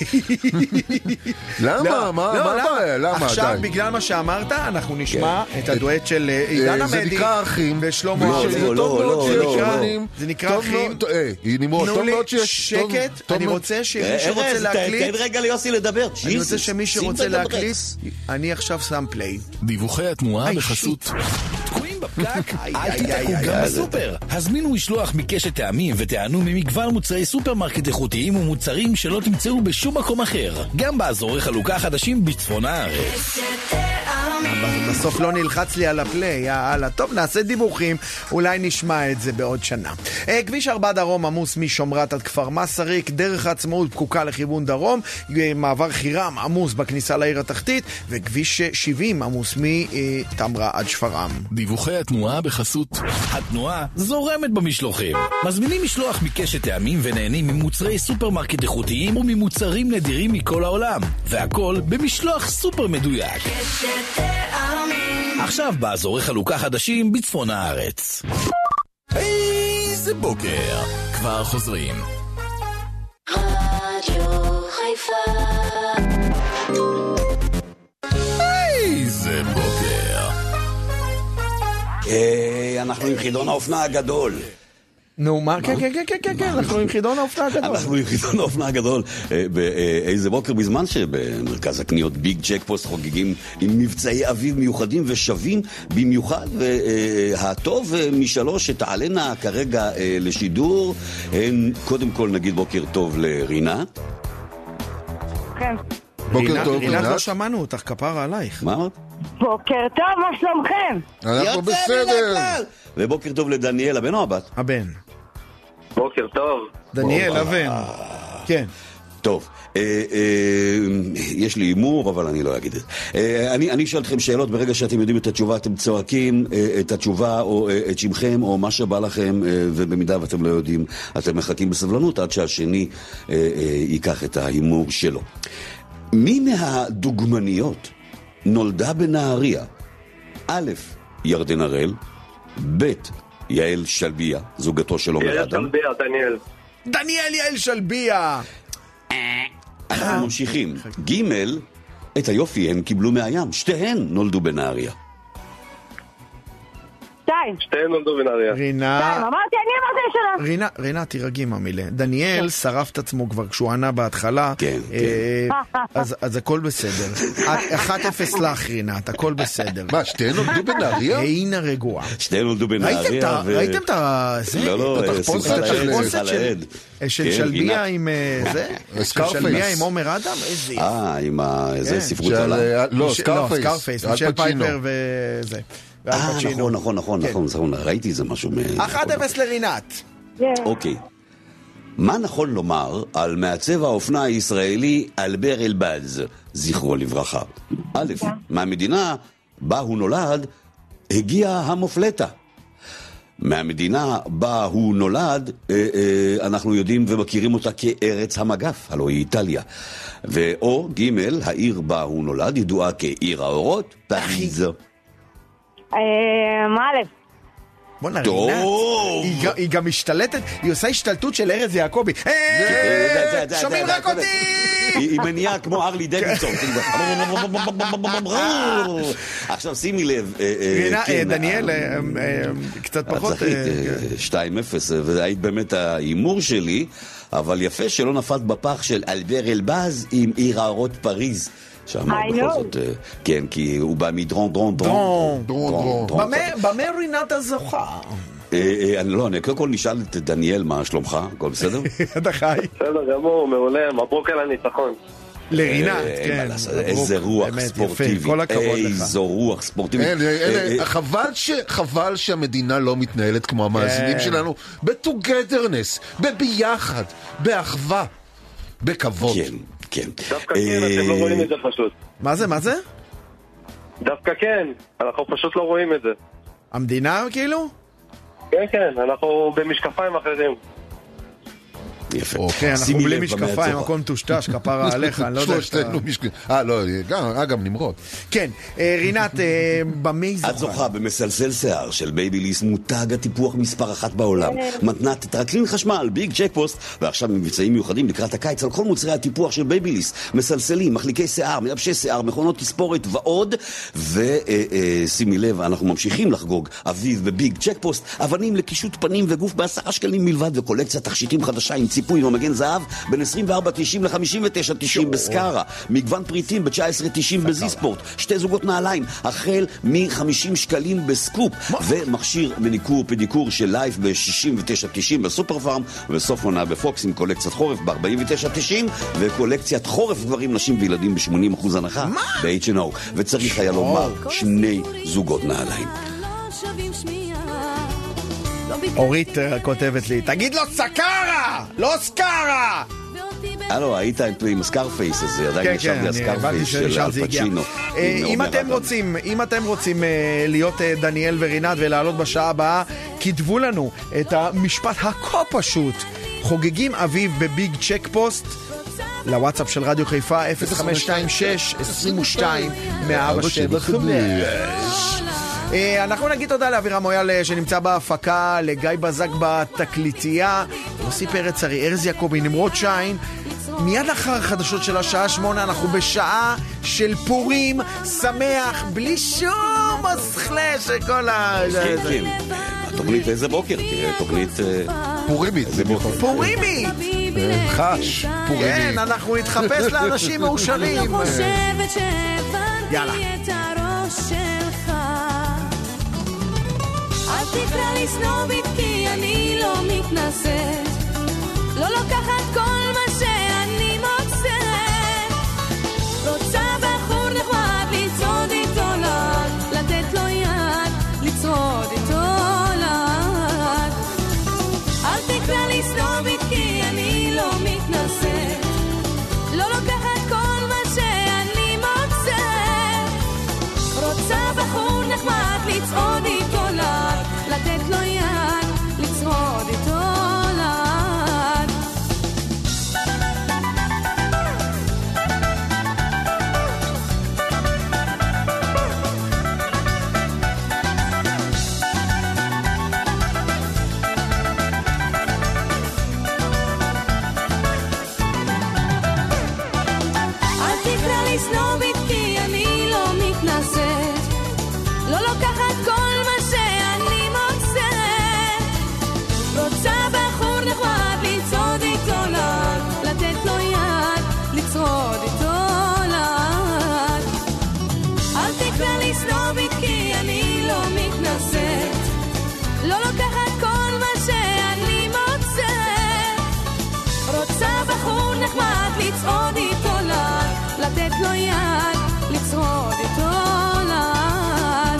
למה? מה הבעיה? למה? עכשיו, בגלל מה שאמרת, אנחנו נשמע את הדואט של עידן עמדי. זה נקרא אחים ושלמה ארצי. לא, לא, לא, זה נקרא אחים. תנו לי שקט, אני רוצה שמי שרוצה להקליט, תן רגע ליוסי לדבר. אני רוצה שמי שרוצה להקליט, אני עכשיו שם פליי. דיווחי התנועה בחסות תקועים בפקק, אל תתקעו גם בסופר. הזמינו משלוח מקשת טעמים ותענו ממגוון מוצרי סופרמרקט איכותיים ומוצרים שלא תמצאו בשום מקום אחר, גם באזורי חלוקה חדשים בצפון הארץ. בסוף לא נלחץ לי על הפליי, יאללה, טוב, נעשה דיווחים, אולי נשמע את זה בעוד שנה. כביש ארבע דרום עמוס משומרת עד כפר מסריק, דרך העצמאות פקוקה לכיוון דרום, מעבר חירם עמוס בכניסה לעיר התחתית, וכביש שבעים עמוס מתמרה עד שפרעם. דיווחי התנועה בחסות התנועה זורמת במשלוחים. מזמינים משלוח מקשת טעמים ונהנים ממוצרי סופרמרקט איכותיים וממוצרים נדירים מכל העולם, והכל במשלוח סופר מדויק. עכשיו באזורי חלוקה חדשים בצפון הארץ. איזה בוקר, כבר חוזרים. רדיו חיפה. איזה בוקר. אנחנו עם חידון האופנה הגדול. נו, מה? כן, כן, כן, כן, כן, אנחנו עם חידון האופנה הגדול. אנחנו עם חידון האופנה הגדול. באיזה בוקר בזמן שבמרכז הקניות ביג צ'ק פוסט חוגגים עם מבצעי אביב מיוחדים ושווים במיוחד, והטוב משלוש שתעלנה כרגע לשידור, קודם כל נגיד בוקר טוב לרינת. כן. בוקר טוב, רינת, לא שמענו אותך, כפרה עלייך. מה? בוקר טוב, מה שלומכם? אנחנו בסדר. ובוקר טוב לדניאל, הבן או הבת? הבן. בוקר טוב. דניאל, הבן. כן. טוב, אה, אה, יש לי אימור, אבל אני לא אגיד את זה. אה, אני, אני אשאל אתכם שאלות, ברגע שאתם יודעים את התשובה, אתם צועקים אה, את התשובה, או אה, את שמכם, או מה שבא לכם, אה, ובמידה ואתם לא יודעים, אתם מחכים בסבלנות עד שהשני אה, אה, ייקח את האימור שלו. מי מהדוגמניות נולדה בנהריה? א', ירדן הראל, ב', יעל שלביה, זוגתו של עומר יעל אדם. שלביה, דניאל. דניאל יעל שלביה! אנחנו ממשיכים. ג', את היופי הם קיבלו מהים, שתיהן נולדו בנהריה. שתיים. שתיהן נולדו בנהריה. רינה... שתיים, אמרתי, אני אמרתי שלה. רינה, רינה, תירגעי מהמילה. דניאל שרף את עצמו כבר כשהוא ענה בהתחלה. כן, כן. אז, אז הכל בסדר. אחת אפס לך, רינת, הכל בסדר. מה, שתיהן נולדו בנהריה? הינה רגועה. שתיהן נולדו בנהריה. ראיתם את ה... לא, לא, התחפושת של... של שלביה עם זה? שלביה עם עומר אדם? איזה... אה, עם איזה ספרות עלה. לא, סקארפייס. מישל פייפר וזה. אה, נכון, נכון, נכון, נכון, ראיתי איזה משהו. אחת אפס לרינת. אוקיי. מה נכון לומר על מעצב האופנה הישראלי אלבר אלבז, זכרו לברכה? א', מהמדינה בה הוא נולד הגיעה המופלטה. מהמדינה בה הוא נולד אה, אה, אנחנו יודעים ומכירים אותה כארץ המגף, הלוא היא איטליה. ואו ג', העיר בה הוא נולד ידועה כעיר האורות, פריז. מה א'? בוא'נה, רינת, היא גם משתלטת, היא עושה השתלטות של ארז יעקבי. שומעים רק אותי! היא מניעה כמו ארלי דווידסון. עכשיו שימי לב, דניאל, קצת פחות. שתיים אפס, והיית באמת האימור שלי, אבל יפה שלא נפת בפח של אלבר אלבז עם עיר האורות פריז. שאמר בכל זאת, כן, כי הוא בא מדרון דרון דרון דרון דרון. במה רינת הזוכה? לא, אני קודם כל נשאל את דניאל מה שלומך, הכל בסדר? אתה חי? בסדר גמור, מעולה, מברוק על הניצחון. לרינת, כן. איזה רוח ספורטיבי, איזו רוח ספורטיבית. חבל שהמדינה לא מתנהלת כמו המאזינים שלנו, בטוגדרנס, בביחד, באחווה, בכבוד. כן. כן. דווקא כן, אתם לא רואים את זה פשוט. מה זה, מה זה? דווקא כן, אנחנו פשוט לא רואים את זה. המדינה כאילו? כן, כן, אנחנו במשקפיים אחרים. יפה. כן, אנחנו בלי משקפיים, הכל מטושטש, כפרה עליך, אני לא יודע שאתה... אה, לא, גם נמרוד. כן, רינת, במי זוכה? את זוכה במסלסל שיער של בייביליס, מותג הטיפוח מספר אחת בעולם. מתנת טרקלין חשמל, ביג צ'ק פוסט, ועכשיו מבצעים מיוחדים לקראת הקיץ על כל מוצרי הטיפוח של בייביליס, מסלסלים, מחליקי שיער, מייבשי שיער, מכונות תספורת ועוד. ושימי לב, אנחנו ממשיכים לחגוג אביב בביג צ'ק פוסט, אבנים לקישוט פנים וגוף בעשרה שקלים מלבד, וקולקציית תכשיטים חדשה עם ציפוי עם המגן זהב בין עשרים וארבע תשעים ל-חמישים ותשע תשעים בסקארה, מגוון פריטים ב-תשע עשרה תשעים בזיספורט, שתי זוגות נעליים החל מ-חמישים שקלים בסקופ, ומכשיר מניקור פדיקור של לייף ב-שישים ותשע תשעים בסופר פארם, וסוף עונה בפוקס עם קולקציית חורף ב-ארבעים ותשע תשעים, וקולקציית חורף גברים, נשים וילדים ב-שמונים אחוז הנחה ב-אייץ' אנד או. וצריך היה לומר שני זוגות נעליים. אורית כותבת לי, תגיד לו סקארה, לא סקארה. הלו, היית עם סקארפייס הזה, עדיין ישבתי על סקארפייס של אלפצ'ינו. אם אתם רוצים, אם אתם רוצים להיות דניאל ורינת ולעלות בשעה הבאה, כתבו לנו את המשפט הכה פשוט, חוגגים אביב בביג צ'ק פוסט, לוואטסאפ של רדיו חיפה אפס חמש שתיים שש עשרים ושתיים מאה ארבע שבע חמש. אנחנו נגיד תודה לאבירם מויאל שנמצא בהפקה, לגיא בזק בתקליטייה, יוסי פרץ, ארי ארז יעקבי, נמרוד שיין. מיד אחר החדשות של השעה שמונה אנחנו בשעה של פורים שמח בלי שום מסכלה שכל ה... כן, כן. תוכנית איזה בוקר, תראה, תוכנית... פורימית. פורימית! חש, פורימי. כן, אנחנו נתחפש לאנשים מאושרים. יאללה. אל תקרא לי סנובית כי אני לא מתנשאת, לא לוקחת כל מה שאני מוצאת, רוצה בחור נחמד לצעוד איתו לאט, לתת לו יד לצעוד איתו לאט. אל תקרא לי סנובית כי אני לא מתנשאת, לא לוקחת כל מה שאני מוצאת, רוצה בחור נחמד לצעוד איתו לאט, לתת לו יד לצעוד איתו לאט. אל תקרא לי סנובית כי אני לא מתנשאת, לא לוקחת כל מה שאני מוצאת, רוצה בחור נחמד לצעוד איתו לאט, לתת לו יד לצעוד איתו לאט. אל תקרא לי סנובית כי אני לא מתנשאת, לא לוקחת כל מה שאני מוצאת, רוצה בחור נחמד לצעוד איתו לאט, לתת לו יד לצעוד איתו לאט.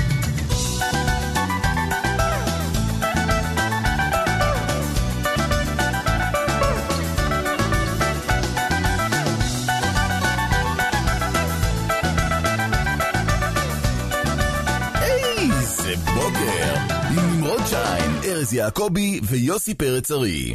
איזה בוקר עם נמרוד שיין, ארז יעקבי ויוסי פרץ ארי.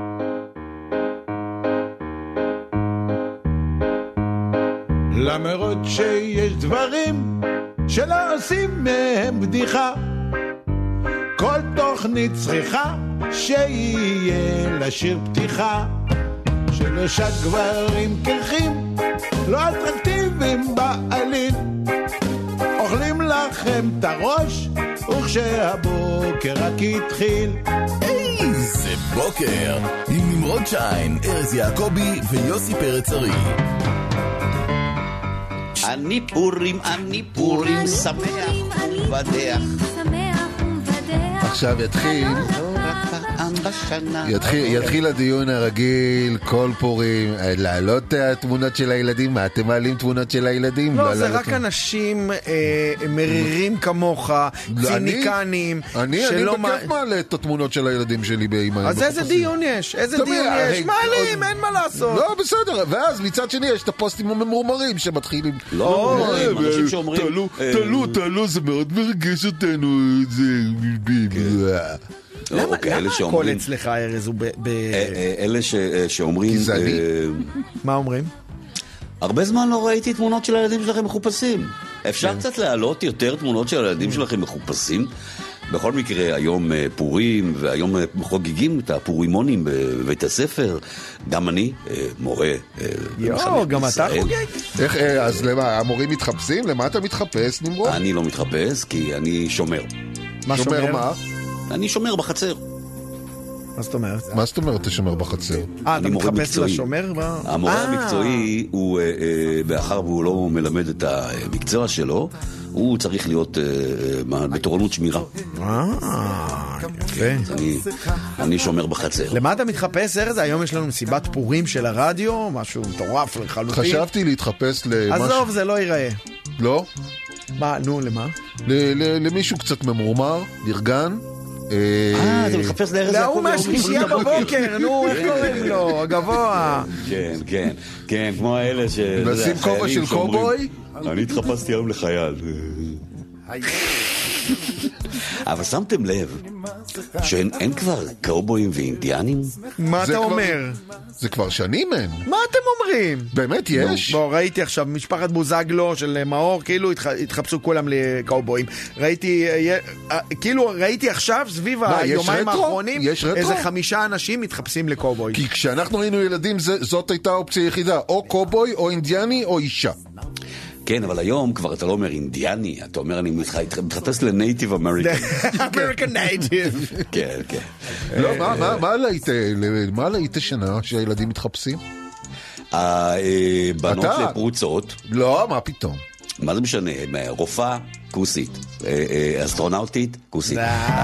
למרות שיש דברים שלא עושים מהם בדיחה, כל תוכנית צריכה שיהיה לשיר פתיחה, שלושה גברים קרחים לא אטרקטיביים בעליל אוכלים לכם את הראש וכשהבוקר רק התחיל. איזה בוקר עם נמרוד שיין, ארז יעקבי ויוסי פרץ ארי. אני פורים, אני פורים, שמח ובדח. עכשיו יתחיל יתחיל, יתחיל הדיון הרגיל, כל פורים, להעלות תמונות של הילדים. מה, אתם מעלים תמונות של הילדים? לא, זה רק אנשים מרירים כמוך, ציניקנים. אני בכיף מעלה את התמונות של הילדים שלי באמא. אז איזה דיון יש? איזה דיון יש? מעלים, אין מה לעשות. לא, בסדר, ואז מצד שני יש את הפוסטים הממורמרים שמתחילים. לא, אנשים שאומרים... תלו, תלו, זה מאוד מרגש אותנו. למה הכל אצלך ארז הוא ב... אלה שאומרים... מה אומרים? הרבה זמן לא ראיתי תמונות של הילדים שלכם מחופשים. אפשר קצת להעלות יותר תמונות של הילדים שלכם מחופשים? בכל מקרה, היום פורים, והיום חוגגים את הפורימונים בבית הספר. גם אני, מורה. יואו, גם אתה חוגג? איך, אז למה, המורים מתחפשים? למה אתה מתחפש, נמרוד? אני לא מתחפש, כי אני שומר. מה שומר? מה? אני שומר בחצר. מה זאת אומרת? מה זאת אומרת, אתה שומר בחצר? אה, אתה מתחפש לשומר? המורה המקצועי, באחר והוא לא מלמד את המקצוע שלו, הוא צריך להיות בתורנות שמירה. אה, יפה. אני שומר בחצר. למה אתה מתחפש, ארז? היום יש לנו מסיבת פורים של הרדיו, משהו מטורף לחלוטין. חשבתי להתחפש למשהו... עזוב, זה לא ייראה. לא? מה, נו, למה? למישהו קצת ממורמר, נרגן. אה, אתה מתחפש לארז יעקב. להוא מהשלישייה בבוקר, נו, איך קוראים לו? הגבוה. כן, כן, כן, כמו האלה ש... נשים כובע של קובוי? אני התחפשתי היום לחייל. אבל שמתם לב שאין כבר קאובויים ואינדיאנים? מה אתה אומר? זה כבר שנים אין. מה אתם אומרים? באמת יש? בוא, ראיתי עכשיו משפחת בוזגלו של מאור, כאילו התחפשו כולם לקאובויים. ראיתי, כאילו ראיתי עכשיו סביב היומיים האחרונים איזה חמישה אנשים מתחפשים לקאובוי. כי כשאנחנו היינו ילדים זאת הייתה האופציה היחידה, או קאובוי או אינדיאני או אישה. כן, אבל היום כבר אתה לא אומר אינדיאני, אתה אומר אני מתחפש לנייטיב אמריקן. אמריקן נייטיב. כן, כן. לא, מה להיט השנה שהילדים מתחפשים? הבנות לפרוצות. לא, מה פתאום? מה זה משנה? רופאה, כוסית. אסטרונאוטית, כוסית.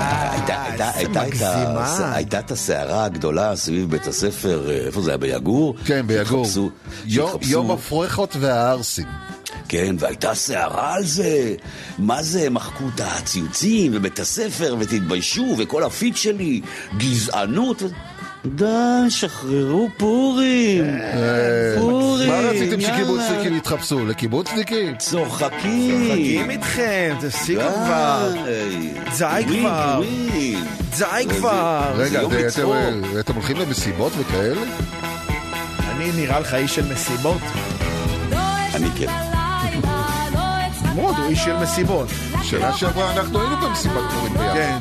הייתה את הסערה הגדולה סביב בית הספר, איפה זה היה? ביגור? כן, ביגור. יום הפרחות והארסים. כן, והייתה סערה על זה. מה זה? מחקו את הציוצים ובית הספר ותתביישו וכל הפיד שלי. גזענות. די, שחררו פורים. פורים. מה רציתם שקיבוצניקים יתחפשו? לקיבוצניקים? צוחקים. צוחקים איתכם, תפסיקו כבר. זעי כבר. זעי כבר. רגע, אתם הולכים למסיבות וכאלה? אני נראה לך איש של מסיבות? אני כן. מאוד, הוא איש של מסיבות. שנה שעברה אנחנו היינו במסיבת פורים ביחד.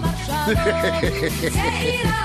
כן.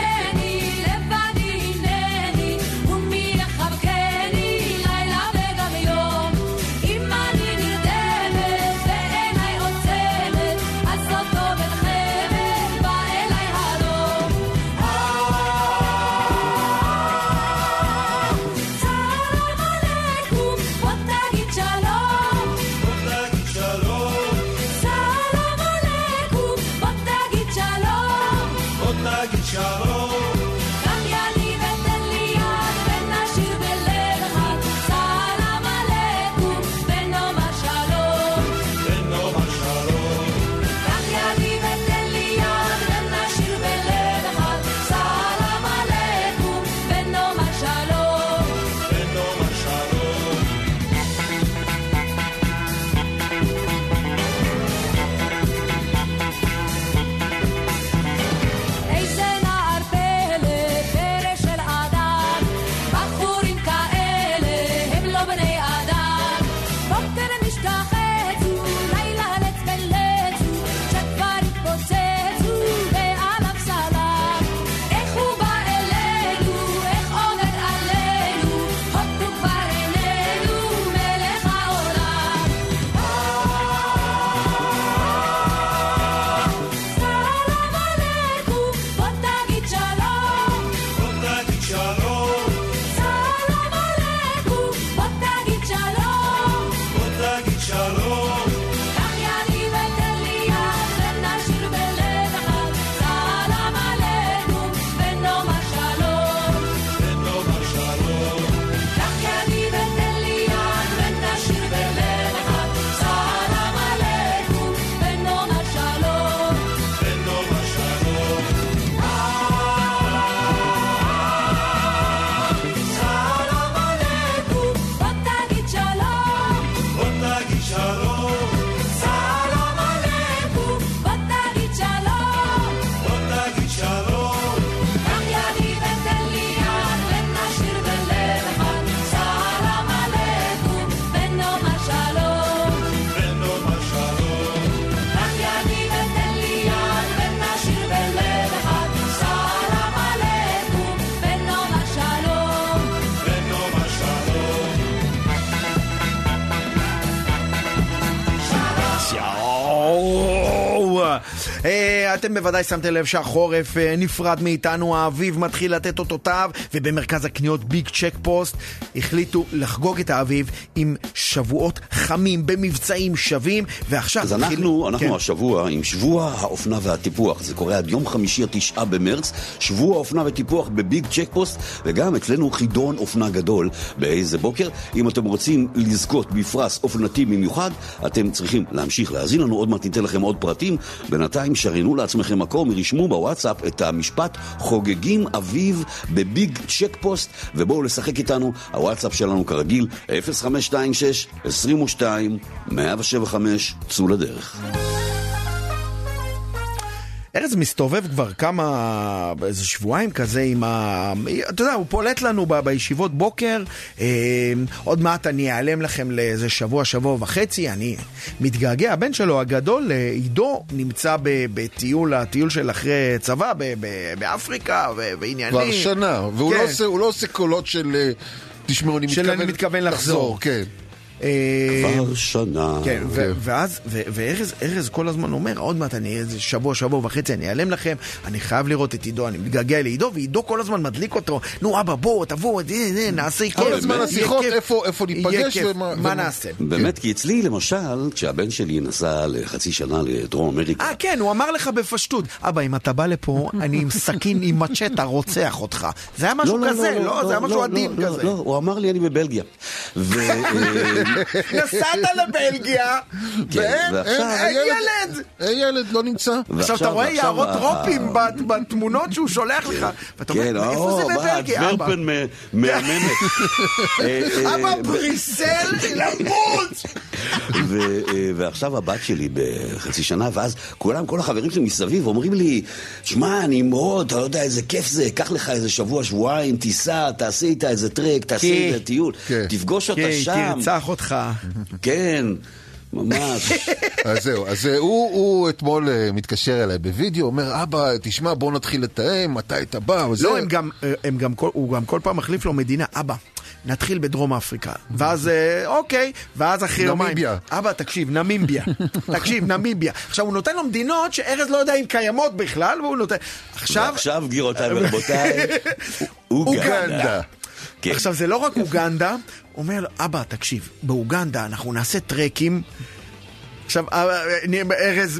אתם בוודאי שמתם לב שהחורף נפרד מאיתנו, האביב מתחיל לתת אותותיו, ובמרכז הקניות ביג צ'ק פוסט החליטו לחגוג את האביב עם שבועות חמים במבצעים שווים, ועכשיו... אז אנחנו, אנחנו השבוע עם שבוע האופנה והטיפוח, זה קורה עד יום חמישי התשעה במרץ, שבוע האופנה וטיפוח בביג צ'ק פוסט, וגם אצלנו חידון אופנה גדול באיזה בוקר. אם אתם רוצים לזכות בפרס אופנתי במיוחד, אתם צריכים להמשיך להזין לנו, עוד מעט ניתן לכם עוד פרטים. בינתיים שרינו לעצמכם מקום, ירשמו בוואטסאפ את המשפט חוגגים אביב בביג צ'ק פוסט, ובואו לשחק איתנו. הוואטסאפ שלנו כרגיל אפס חמש שתיים שש עשרים ושתיים מאה שבע חמש. צאו לדרך. ארז מסתובב כבר כמה, איזה שבועיים כזה עם ה... אתה יודע, הוא פולט לנו ב... בישיבות בוקר, אה, עוד מעט אני אעלם לכם לאיזה שבוע, שבוע וחצי, אני מתגעגע. הבן שלו הגדול, עידו, נמצא ב... בטיול, הטיול של אחרי צבא, ב... ב... באפריקה, ו... בעניינים. כבר שנה, והוא כן. לא, עושה, הוא לא עושה קולות של... תשמעו, אני מתכוון, מתכוון לחזור. לחזור, כן. כבר שנה. כן, ואז, וארז כל הזמן אומר, עוד מעט אני איזה שבוע, שבוע וחצי, אני אעלם לכם, אני חייב לראות את עידו, אני מתגעגע לעידו, ועידו כל הזמן מדליק אותו, נו אבא בוא, תבוא, נעשה כיף. כל הזמן השיחות, איפה ניפגש ומה נעשה. באמת, כי אצלי למשל, כשהבן שלי נסע לחצי שנה לדרום אמריקה. אה כן, הוא אמר לך בפשטות, אבא אם אתה בא לפה, אני עם סכין, עם מצ'טה, רוצח אותך. זה היה משהו כזה, לא? זה היה משהו עדין כזה. לא, הוא אמר לי אני בבלגיה. נסעת לבלגיה, ואין ילד. אין ילד, לא נמצא. עכשיו אתה רואה יערות טרופים בתמונות שהוא שולח לך, ואתה אומר, איפה זה בבלגיה, אבא? ורפן מהממת. אבא בריסל למות! ועכשיו הבת שלי בחצי שנה, ואז כולם, כל החברים שלי מסביב אומרים לי, שמע, אני מאוד, אתה לא יודע איזה כיף זה, קח לך איזה שבוע, שבועיים, תיסע, תעשה איתה איזה טרק, תעשה איתה טיול, תפגוש אותה שם. תרצח אותך. כן, ממש. אז זהו, אז הוא אתמול מתקשר אליי בווידאו, אומר, אבא, תשמע, בוא נתחיל לתאם, מתי אתה בא, וזה. לא, הוא גם כל פעם מחליף לו מדינה, אבא. נתחיל בדרום אפריקה, ואז אוקיי, ואז אחרי יומיים, אבא תקשיב, נמיביה, תקשיב, נמיביה. עכשיו הוא נותן לו מדינות שארז לא יודע אם קיימות בכלל, והוא נותן, עכשיו, ועכשיו גבירותיי ורבותיי, אוגנדה. עכשיו זה לא רק אוגנדה, הוא אומר לו, אבא תקשיב, באוגנדה אנחנו נעשה טרקים, עכשיו, ארז,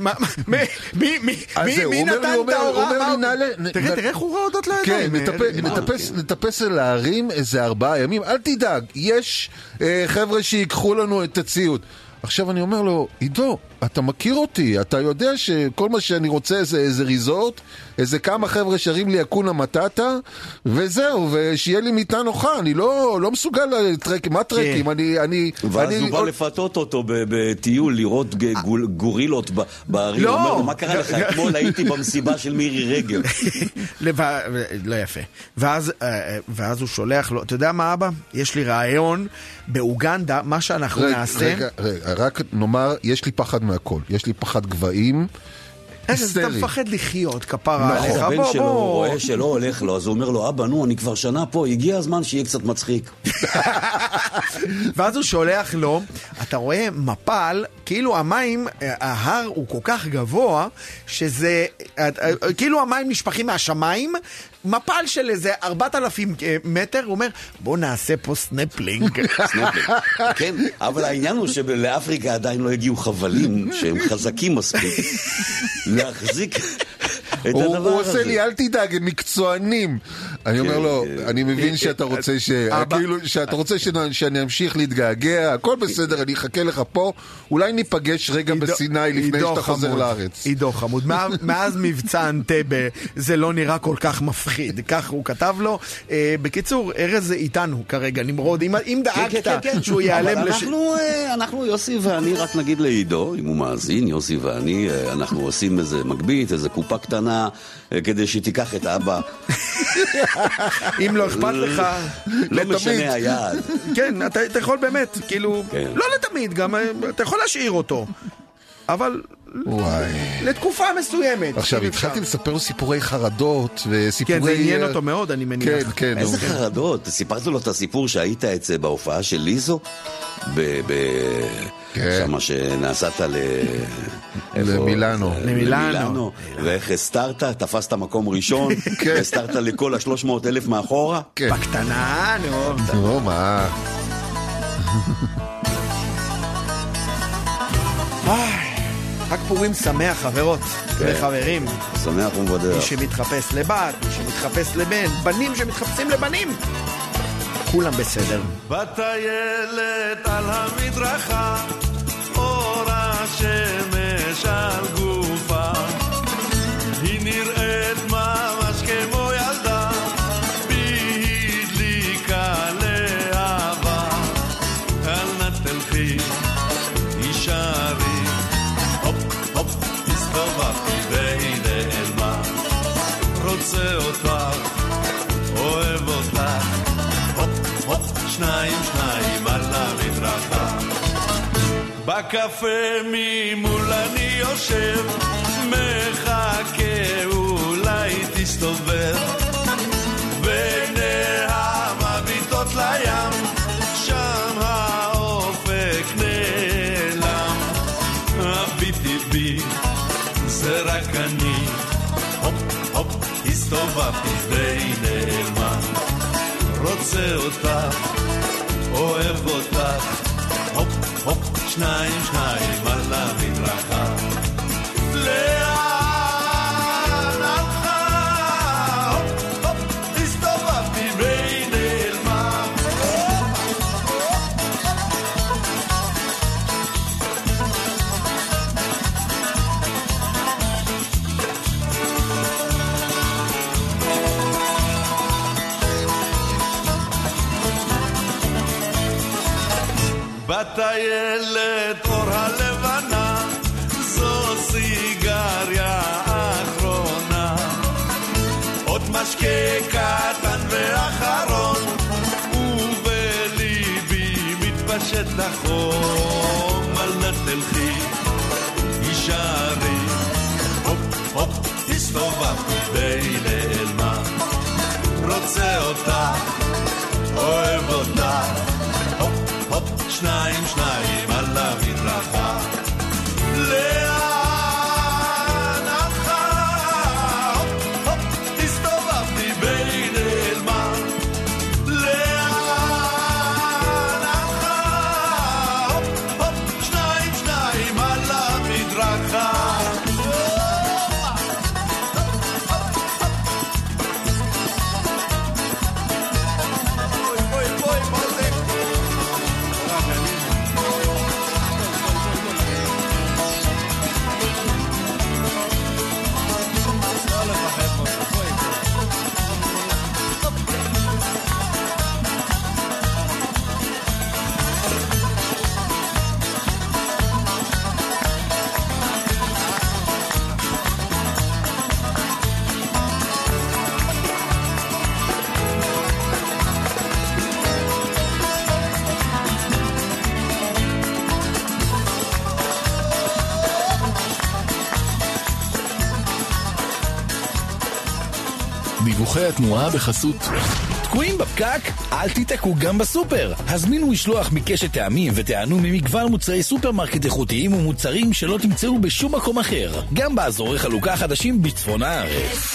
מי נתן את ההוראה? תראה, תראה איך הוא רואה אותות לידיים. כן, נטפס אל הערים איזה ארבעה ימים, אל תדאג, יש חבר'ה שיקחו לנו את הציוד. עכשיו אני אומר לו, עידו, אתה מכיר אותי, אתה יודע שכל מה שאני רוצה זה איזה ריזורט, איזה כמה חבר'ה שרים לי אקונה מטאטה, וזהו, ושיהיה לי מיטה נוחה, אני לא, לא מסוגל לטרקים, מה טרקים, אני, אני... ואז אני, הוא בא לפתות אותו בטיול, לראות גורילות בערים, הוא אומר לו, מה קרה לך? אתמול הייתי במסיבה של מירי רגב. לא יפה. ואז, ואז הוא שולח לו, אתה יודע מה אבא? יש לי רעיון, באוגנדה, מה שאנחנו נעשה... רגע, רגע, רק נאמר, יש לי פחד מהכל. יש לי פחד גבהים. אז אתה מפחד לחיות, כפרה עליך. הבן שלו רואה שלא הולך לו, אז הוא אומר לו, אבא, נו, אני כבר שנה פה, הגיע הזמן שיהיה קצת מצחיק. ואז הוא שולח לו, אתה רואה מפל, כאילו המים, ההר הוא כל כך גבוה, שזה, כאילו המים נשפכים מהשמיים, מפל של איזה ארבעת אלפים מטר, הוא אומר, בוא נעשה פה סנפלינג. סנפלינג, כן, אבל העניין הוא שלאפריקה עדיין לא הגיעו חבלים שהם חזקים מספיק להחזיק את הדבר הזה. הוא עושה לי, אל תדאג, הם מקצוענים. אני אומר לו, אני מבין שאתה רוצה ש... כאילו, שאתה רוצה שאני אמשיך להתגעגע, הכל בסדר, אני אחכה לך פה, אולי ניפגש רגע בסיני לפני שאתה חוזר לארץ. עידו חמוד, מאז מבצע אנטבה זה לא נראה כל כך מפחיד, כך הוא כתב לו. בקיצור, ארז איתנו כרגע, נמרוד, אם דאגת שהוא ייעלם... אבל אנחנו, יוסי ואני, רק נגיד לעידו, אם הוא מאזין, יוסי ואני, אנחנו עושים איזה מגבית, איזה קופה קטנה, כדי שתיקח את אבא. אם לא אכפת לך, לא משנה היעד. כן, אתה יכול באמת, כאילו, לא לתמיד, גם אתה יכול להשאיר אותו, אבל לתקופה מסוימת. עכשיו, התחלתי לספר סיפורי חרדות וסיפורי... כן, זה עניין אותו מאוד, אני מניח. איזה חרדות? סיפרת לו את הסיפור שהיית אצל בהופעה של ליזו? שמה שנסעת ל... למילאנו. למילאנו. ואיך הסתרת, תפסת מקום ראשון, והסתרת לכל ה-שלוש מאות אלף מאחורה. בקטנה, נו. נו, מה? רק פורים שמח, חברות וחברים. שמח ומבדח. מי שמתחפש לבת, מי שמתחפש לבן, בנים שמתחפשים לבנים. כולם בסדר. בטיילת על המדרכה, אור השמש על גופה, היא נראית ממש כמו ילדה, בי הדליקה לאהבה. אל נא תלכי, הישארי, הופ הופ, הסתובבתי והיא נעלמה, רוצה אותך, אוהב אותך, שניים שניים על המדרכה, בקפה ממול אני יושב, מחכה אולי תסתובב, ונעה מביטות לים, שם האופק זה רק אני. הופ, הופ, הסתובבתי והיא נעלמה. רוצה אותך, אוהב אותך. הופ, הופ, שניים, שניים על המדרכה. לאן הלכה? הופ, הופ, הסתובבתי והיא נעלמה. בטיילת אור הלבנה, זו סיגריה האחרונה, עוד משקה קטן ואחרון, ובליבי מתפשט לחום. אל נא תלכי, הישארי. הופ הופ, הסתובבתי והיא נעלמה. רוצה אותך, אוהב אותך. הופ הופ, שניים, שניים על המדרכה. לאן הלכה? הופ, הופ, הסתובבתי והיא נעלמה. לאן הלכה? הופ, הופ, שניים, שניים על המדרכה. דיווחי התנועה בחסות תקועים בפקק? אל תיתקעו גם בסופר. הזמינו משלוח מקשת טעמים ותענו ממגוון מוצרי סופרמרקט איכותיים ומוצרים שלא תמצאו בשום מקום אחר. גם באזורי חלוקה חדשים בצפון הארץ.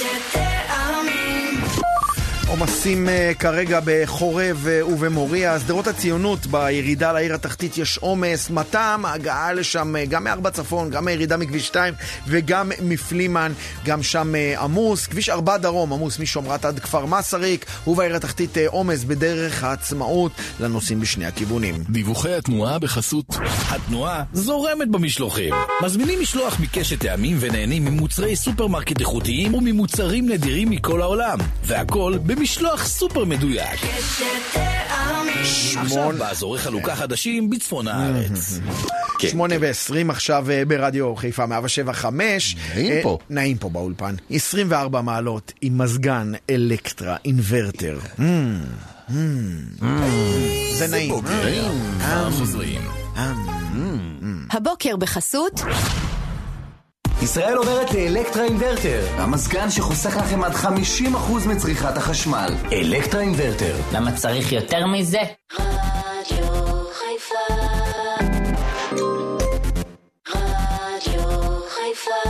עומסים uh, כרגע בחורב uh, ובמוריה. סדרות הציונות בירידה לעיר התחתית יש עומס. מתם, הגעה לשם uh, גם מארבע צפון, גם מהירידה מכביש שתיים וגם מפלימן, גם שם uh, עמוס. כביש ארבע דרום עמוס משומרת עד כפר מסריק, ובעיר התחתית uh, עומס בדרך העצמאות לנוסעים בשני הכיוונים. דיווחי התנועה בחסות התנועה זורמת במשלוחים. מזמינים משלוח מקשת טעמים ונהנים ממוצרי סופרמרקט איכותיים וממוצרים נדירים מכל העולם, והכל במשלוח סופר מדויק. עכשיו באזורי חלוקה חדשים בצפון הארץ. שמונה ועשרים עכשיו ברדיו חיפה מאה שבע חמש. נעים פה. נעים פה באולפן. עשרים וארבע מעלות עם מזגן אלקטרה אינברטר. זה נעים. הבוקר בחסות ישראל עוברת לאלקטרה אינברטר, המזגן שחוסך לכם עד חמישים אחוז מצריכת החשמל. אלקטרה אינברטר. למה צריך יותר מזה? רדיו חיפה, רדיו חיפה.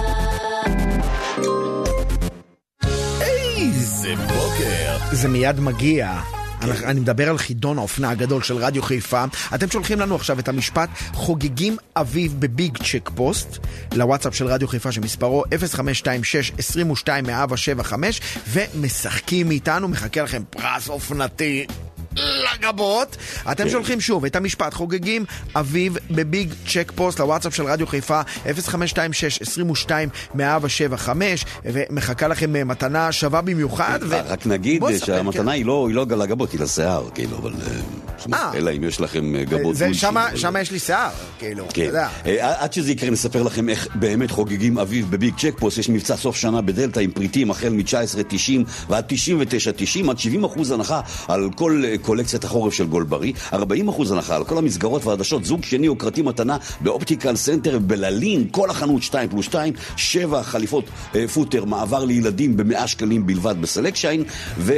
איזה בוקר. זה מיד מגיע. אני מדבר על חידון האופנה הגדול של רדיו חיפה. אתם שולחים לנו עכשיו את המשפט חוגגים אביב בביג צ'ק פוסט לוואטסאפ של רדיו חיפה שמספרו אפס חמש שתיים שש עשרים ושתיים מאה שבע חמש ומשחקים איתנו. מחכה לכם פרס אופנתי לגבות. אתם שולחים שוב את המשפט חוגגים אביב בביג צ'ק פוסט לוואטסאפ של רדיו חיפה אפס חמש שתיים שש עשרים ושתיים מאה שבע חמש ומחכה לכם מתנה שווה במיוחד. רק נגיד שהמתנה היא לא לגבות, היא לשיער, כאילו, אבל אלא אם יש לכם גבות. שם יש לי שיער, כאילו. עד שזה יקרה נספר לכם איך באמת חוגגים אביב בביג צ'ק פוסט. יש מבצע סוף שנה בדלטה עם פריטים החל מ-תשע עשרה תשעים ועד תשעים ותשע תשעים, עד שבעים אחוז הנחה על כל קולקציית החורף של גולברי, ארבעים אחוז הנחה על כל המסגרות והעדשות, זוג שני וקרתי מתנה באופטיקל סנטר בללין, כל החנות שתיים פלוס שתיים, שבע חליפות אה, פוטר, מעבר לילדים במאה שקלים בלבד בסלקשיין,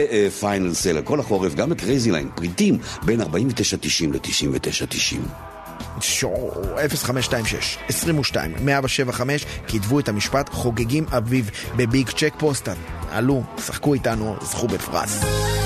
ופיינל סלר, כל החורף, גם את קרייזי ליין, פריטים בין ארבעים ותשע תשעים ל-תשעים ותשע תשעים. אפס חמש שתיים שש עשרים ושתיים מאה שבע חמש, כתבו את המשפט חוגגים אביב בביג צ'ק פוסט. עלו, שחקו איתנו, זכו בפרס.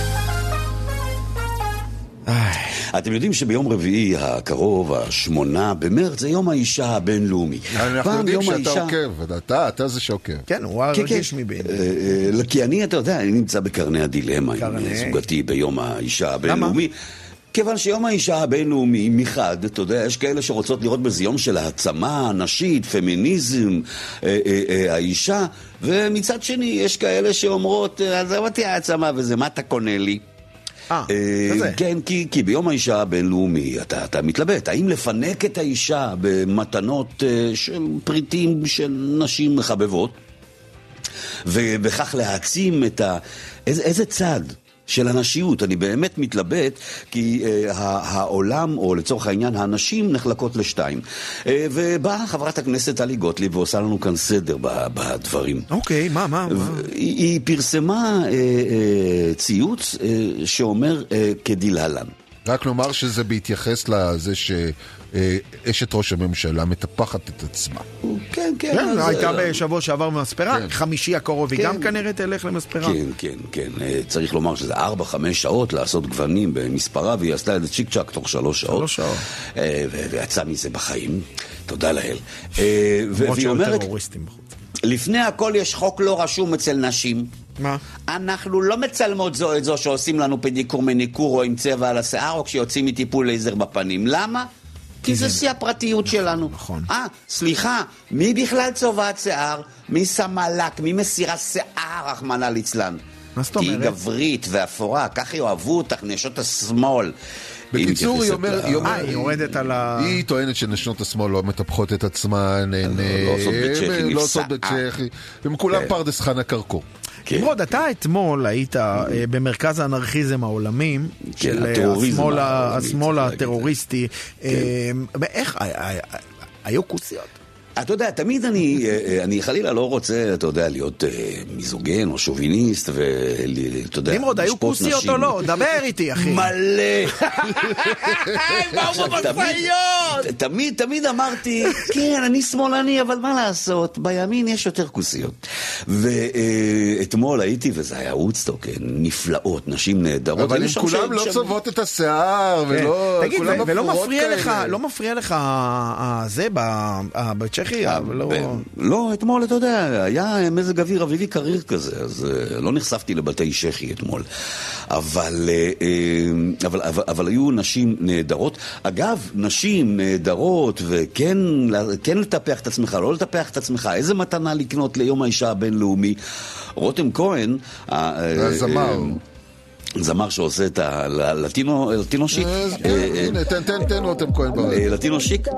אתם יודעים שביום רביעי הקרוב, השמונה במרץ, זה יום האישה הבינלאומי. אנחנו יודעים שאתה עוקב, אתה, אתה זה שעוקב. כן, הוא הרגיש מבין. כי אני, אתה יודע, אני נמצא בקרני הדילמה עם זוגתי ביום האישה הבינלאומי. כיוון שיום האישה הבינלאומי מחד, אתה יודע, יש כאלה שרוצות לראות בזה יום של העצמה, נשית, פמיניזם, אה, אה, אה, האישה, ומצד שני יש כאלה שאומרות, אז אמרתי העצמה וזה, מה אתה קונה לי? אה, כזה. כן, כי, כי ביום האישה הבינלאומי אתה, אתה מתלבט, האם לפנק את האישה במתנות אה, של פריטים של נשים מחבבות, ובכך להעצים את ה... איזה, איזה צד? של הנשיות, אני באמת מתלבט, כי uh, העולם, או לצורך העניין, הנשים נחלקות לשתיים. Uh, ובאה חברת הכנסת טלי גוטליב ועושה לנו כאן סדר בדברים. אוקיי, מה, מה, מה? היא, היא פרסמה uh, uh, ציוץ uh, שאומר uh, כדלהלן. רק לומר שזה בהתייחס לזה שאשת ראש הממשלה מטפחת את עצמה. כן, כן. כן, הייתה בשבוע שעבר במספרה, חמישי הקרוב, היא גם כנראה תלך למספרה. כן, כן, כן. צריך לומר שזה ארבע, חמש שעות לעשות גוונים במספרה, והיא עשתה את זה צ'יק צ'ק תוך שלוש שעות. שלוש שעות. ויצא מזה בחיים. תודה לאל. והיא אומרת, לפני הכל יש חוק לא רשום אצל נשים. מה? אנחנו לא מצלמות זו את זו שעושים לנו פדיקור מניקור או עם צבע על השיער או כשיוצאים מטיפול לייזר בפנים. למה? כי זה שיא הפרטיות שלנו. נכון. אה, סליחה, מי בכלל צובעת שיער? מי שמה לק? מי מסירה שיער, רחמנא ליצלן? מה זאת אומרת? תהי גברית ואפורה, כך יאהבו אותך נשות השמאל. בקיצור, היא אומרת, היא אומרת, היא יורדת על ה... היא טוענת שנשות השמאל לא מטפחות את עצמן, לא עושות בצ'כי, לא עושות בצ'כי, הם כולם פרדס חנה קרקור. נמרוד, אתה אתמול היית במרכז האנרכיזם העולמי של השמאל הטרוריסטי. איך, היו כוסיות? אתה יודע, תמיד אני, אני חלילה לא רוצה, אתה יודע, להיות מיזוגן או שוביניסט ואתה יודע, נמרוד, היו כוסיות או לא? דבר איתי, אחי. מלא. באו במשאיות. תמיד, תמיד אמרתי, כן, אני שמאלני, אבל מה לעשות? בימין יש יותר כוסיות. ואתמול הייתי, וזה היה וודסטוק, נפלאות, נשים נהדרות. אבל אם כולם לא צובעות את השיער, ולא... תגיד, ולא מפריע לך, לא מפריע לך זה בצ'כי? לא, אתמול, אתה יודע, היה מזג אוויר אביבי קריר כזה, אז לא נחשפתי לבתי שכי אתמול. אבל, אבל, אבל, אבל היו נשים נהדרות. אגב, נשים נהדרות, וכן כן לטפח את עצמך, לא לטפח את עצמך, איזה מתנה לקנות ליום האישה הבינלאומי. רותם כהן, הזמר. זמר שעושה את הלטינו שיק. הנה, תן, תן, תן רותם כהן. לטינו שיק.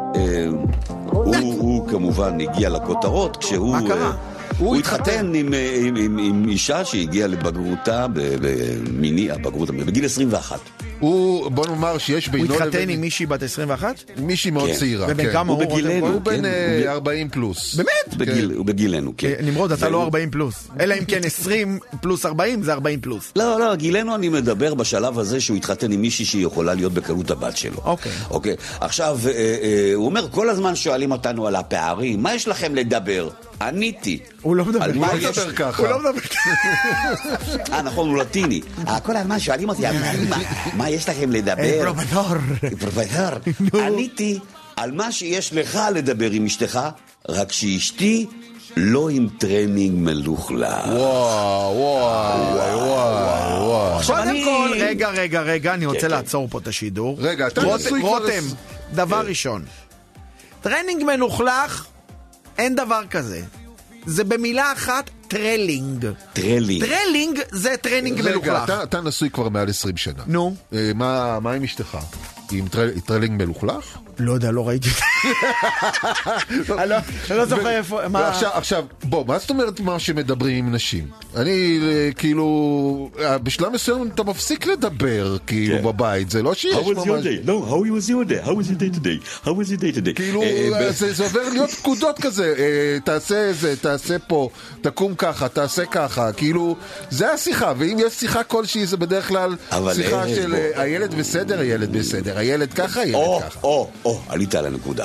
הוא כמובן הגיע לכותרות כשהוא... מה קרה? הוא התחתן עם, עם, עם, עם אישה שהגיעה לבגרותה במיני הבגרות בגיל עשרים ואחת. הוא, בוא נאמר שיש בינו... הוא התחתן עם מישהי בת עשרים ואחת? מישהי מאוד צעירה. ובן כמה הוא? הוא בן ארבעים פלוס. באמת? הוא בגילנו, כן. נמרוד, אתה לא ארבעים פלוס. אלא אם כן עשרים פלוס ארבעים זה ארבעים פלוס. לא, לא, גילנו אני מדבר בשלב הזה שהוא התחתן עם מישהי שהיא יכולה להיות בקלות הבת שלו. אוקיי. אוקיי. עכשיו, הוא אומר, כל הזמן שואלים אותנו על הפערים, מה יש לכם לדבר? עניתי. הוא לא מדבר. הוא לא מדבר ככה. הוא לא מדבר ככה. אה, נכון, הוא לטיני. כל הזמן שואלים אותי, מה יש לכם לדבר? פרופסור. פרופסור. עניתי על מה שיש לך לדבר עם אשתך, רק שאשתי לא עם טרנינג מלוכלך. וואו, וואו, וואו, וואו. קודם כל, רגע, רגע, רגע, אני רוצה לעצור פה את השידור. רגע, אתה נשוי כבר... רותם, דבר ראשון. טרנינג מלוכלך, אין דבר כזה. זה במילה אחת, טרלינג. טרלינג. טרלינג זה טרנינג מלוכלך. רגע, אתה, אתה נשוי כבר מעל עשרים שנה. נו. מה, מה עם אשתך? עם טרלינג מלוכלך? לא יודע, לא ראיתי את זה. אני לא זוכר איפה... עכשיו, בוא, מה זאת אומרת מה שמדברים עם נשים? אני, כאילו, בשלב מסוים אתה מפסיק לדבר, כאילו, בבית, זה לא שיש ממש... How was your day? No, how was your day? How was your day today? How was your day today? כאילו, זה עובר להיות פקודות כזה, תעשה זה, תעשה פה, תקום ככה, תעשה ככה, כאילו, זה השיחה, ואם יש שיחה כלשהי, זה בדרך כלל שיחה של הילד בסדר, הילד בסדר, הילד ככה, הילד ככה. או, או, עלית על הנקודה.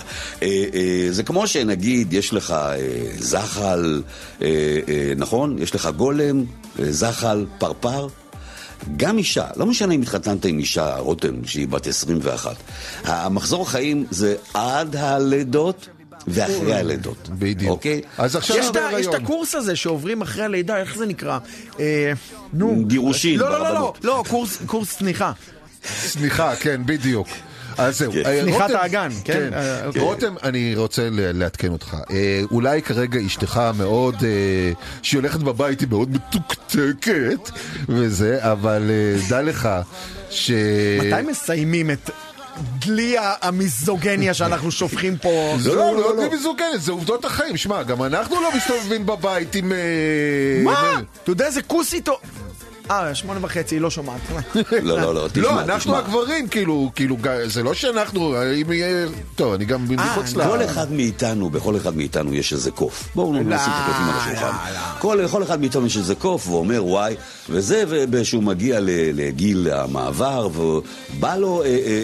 זה כמו שנגיד, יש לך זחל, נכון? יש לך גולם, זחל, פרפר. גם אישה, לא משנה אם התחתנת עם אישה, רותם, שהיא בת עשרים ואחת. המחזור החיים זה עד הלידות ואחרי הלידות. בדיוק. אוקיי? אז עכשיו יש את הקורס הזה שעוברים אחרי הלידה, איך זה נקרא? נו. גירושין. לא, לא, לא, לא, קורס סניחה. סניחה, כן, בדיוק. אז זהו. סניחת האגן, כן? רותם, אני רוצה לעדכן אותך. אולי כרגע אשתך מאוד, שהיא הולכת בבית, היא מאוד מתוקתקת, וזה, אבל דע לך ש... מתי מסיימים את... דלי המיזוגניה שאנחנו שופכים פה? לא, לא, לא, לא מיזוגניה, זה עובדות החיים. שמע, גם אנחנו לא מסתובבים בבית עם... מה? אתה יודע איזה כוס איתו? אה, שמונה וחצי, היא לא שומעת. לא, לא, לא, תשמע. לא, אנחנו הגברים, כאילו, כאילו, זה לא שאנחנו, אם יהיה... טוב, אני גם מחוץ לה... כל אחד מאיתנו, בכל אחד מאיתנו יש איזה קוף. בואו נשים את הקופים על השולחן. לכל אחד מאיתנו יש איזה קוף, ואומר וואי, וזה, ושהוא מגיע לגיל המעבר, ובא לו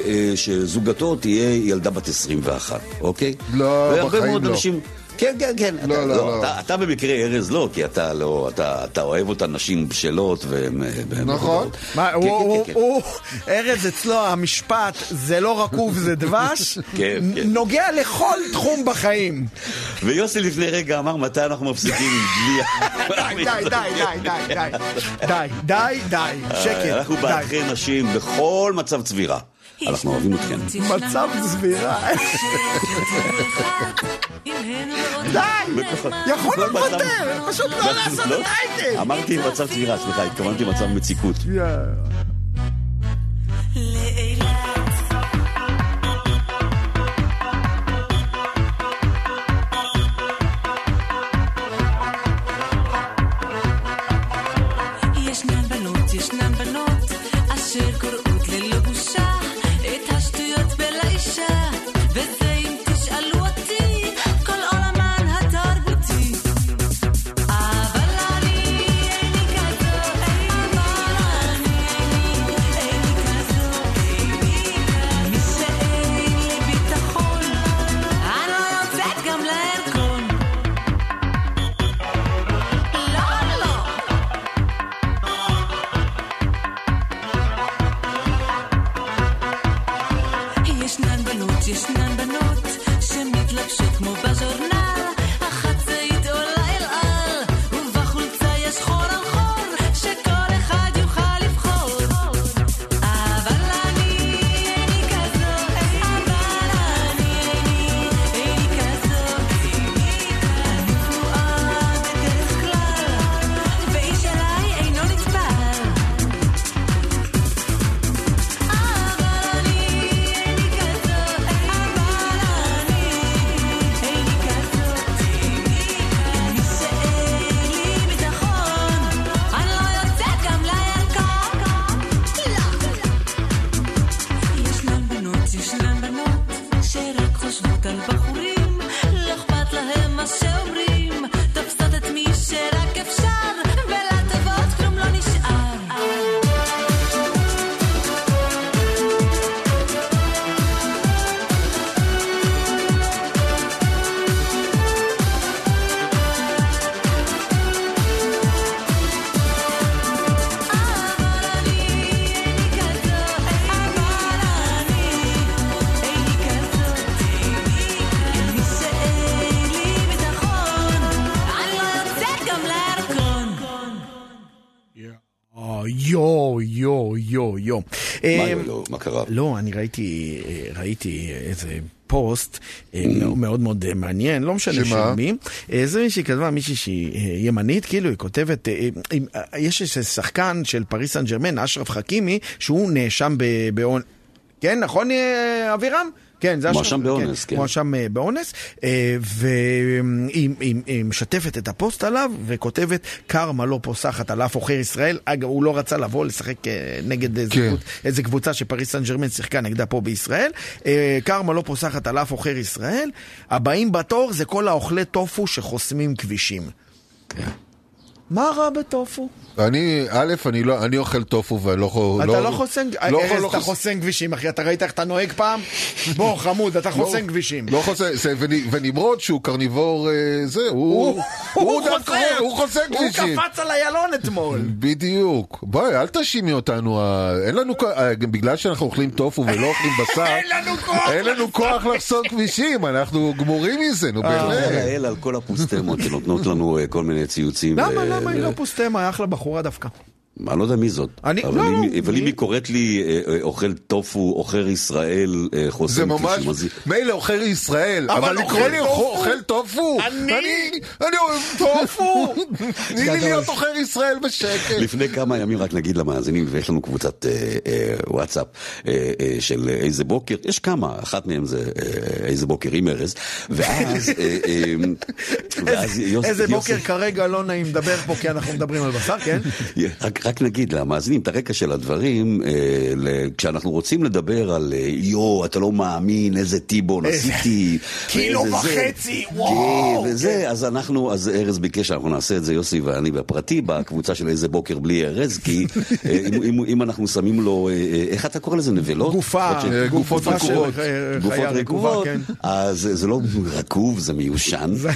שזוגתו תהיה ילדה בת עשרים ואחת, אוקיי? לא, בחיים לא. כן, כן, כן. לא, אתה, לא, לא, לא. אתה, אתה במקרה ארז לא, כי אתה לא, אתה, אתה אוהב אותן נשים בשלות והן... נכון. מה, הוא, הוא, ארז אצלו המשפט, זה לא רקוב, זה דבש, נוגע לכל תחום בחיים. ויוסי לפני רגע אמר, מתי אנחנו מפסיקים עם גליה? די, די, די, די, די, די, די, די, שקט. אנחנו באחרי נשים בכל מצב צבירה. אנחנו אוהבים אתכם. מצב צבירה. די! יכול לפותר! פשוט לא לעשות את האייטם! אמרתי מצב צבירה, סליחה, התכוונתי מצב מציקות. ישנן בנות, ישנן בנות אשר קוראות ללא בושה את השטויות בלישה, וזה אם תשאלו אותי כל עולמן התרבותי. אבל אני איני כזו, אבל אני איני, איני כזו, מי שאין לי ביטחון אני לא יוצאת גם להרקון. לא, לא. ישנן בנות, ישנן בנות שמתלבשות כמו בז'ורנל, החצאית עולה אל על ובחולצה יש חור על חור שכל אחד יוכל לבחור. אבל אני איני כזו, אבל אני איני, איני כזו, אני פרועה בדרך כלל ואיש עליי אינו נטפל. אבל אני איני כזו, אבל אני איני כזו, מי שאין לי ביטחון אני לא יוצאת גם לירקון. ישנן בנות, ישנן בנות שרק חושבות על בחורים, לא אכפת להם מה שאומרים, תופסות את מי שרק אפשר ולטובות כלום לא נשאר. יו, יו, יו, יו. מה יו, מה קרה? לא, אני ראיתי, ראיתי איזה פוסט מאוד מאוד מעניין, לא משנה של מי. זה מישהי כתבה, מישהי שהיא ימנית, כאילו היא כותבת, יש איזה שחקן של פריס סן ז'רמן, אשרף חכימי, שהוא נאשם בעונש, כן, נכון, אבירם? כן, זה מואשם באונס, כן. מואשם באונס, והיא משתפת את הפוסט עליו, וכותבת, קרמה לא פוסחת על אף עוכר ישראל. אגב, הוא לא רצה לבוא לשחק נגד איזה קבוצה שפריס סן ז'רמן שיחקה נגדה פה בישראל. קרמה לא פוסחת על אף עוכר ישראל. הבאים בתור זה כל האוכלי טופו שחוסמים כבישים. כן. מה רע בטופו? אני, א', אני לא, אני אוכל טופו ואני לא... אתה לא חוסן, ארז, אתה חוסן כבישים, אחי, אתה ראית איך אתה נוהג פעם? בוא, חמוד, אתה חוסן כבישים. לא חוסן, ונמרוד שהוא קרניבור, זה, הוא... הוא חוסן כבישים. הוא קפץ על הילון אתמול. בדיוק. בואי, אל תשימי אותנו, אין לנו, בגלל שאנחנו אוכלים טופו ולא אוכלים בשר, אין לנו כוח לחסום כבישים, אנחנו גמורים מזה, נו באמת. לאל על כל הפוסטמות שנותנות לנו כל מיני ציוצים. למה, למה היא לא פוסטמה, אחלה בחורה דווקא. אני לא יודע מי זאת. אני, אבל לא, אם, לא. אבל אם היא קוראת לי אוכל טופו, עוכר ישראל, חוסם זה ממש, מילא אוכל ישראל, אבל לקרוא לי אוכל טופו. אני, אני אוהב טופו. תני לי להיות אוכל ישראל בשקט. לפני כמה ימים רק נגיד למאזינים, ויש לנו קבוצת וואטסאפ של איזה בוקר, יש כמה, אחת מהם זה איזה בוקר עם ארז, ואז איזה בוקר כרגע לא נעים לדבר פה, כי אנחנו מדברים על בשר, כן? רק רק נגיד למאזינים את הרקע של הדברים, אה, כשאנחנו רוצים לדבר על יו, אתה לא מאמין, איזה טיבון עשיתי, קילו וחצי, וואו. כן, וזה, אז אנחנו, אז ארז ביקש שאנחנו נעשה את זה, יוסי ואני בפרטי, בקבוצה של איזה בוקר בלי ארז, כי אה, אם, אם, אם אנחנו שמים לו, אה, איך אתה קורא לזה, נבלות? גופה, ש... גופות רקובות. גופות רקובות, כן. אז זה לא רקוב, זה מיושן. ו...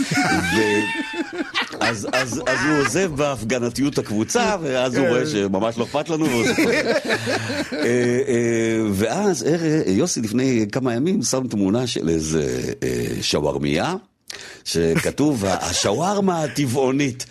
אז, אז, אז הוא עוזב בהפגנתיות הקבוצה, ואז הוא רואה שממש לא אכפת לנו. ואז יוסי לפני כמה ימים שם תמונה של איזה שווארמיה, שכתוב השווארמה הטבעונית.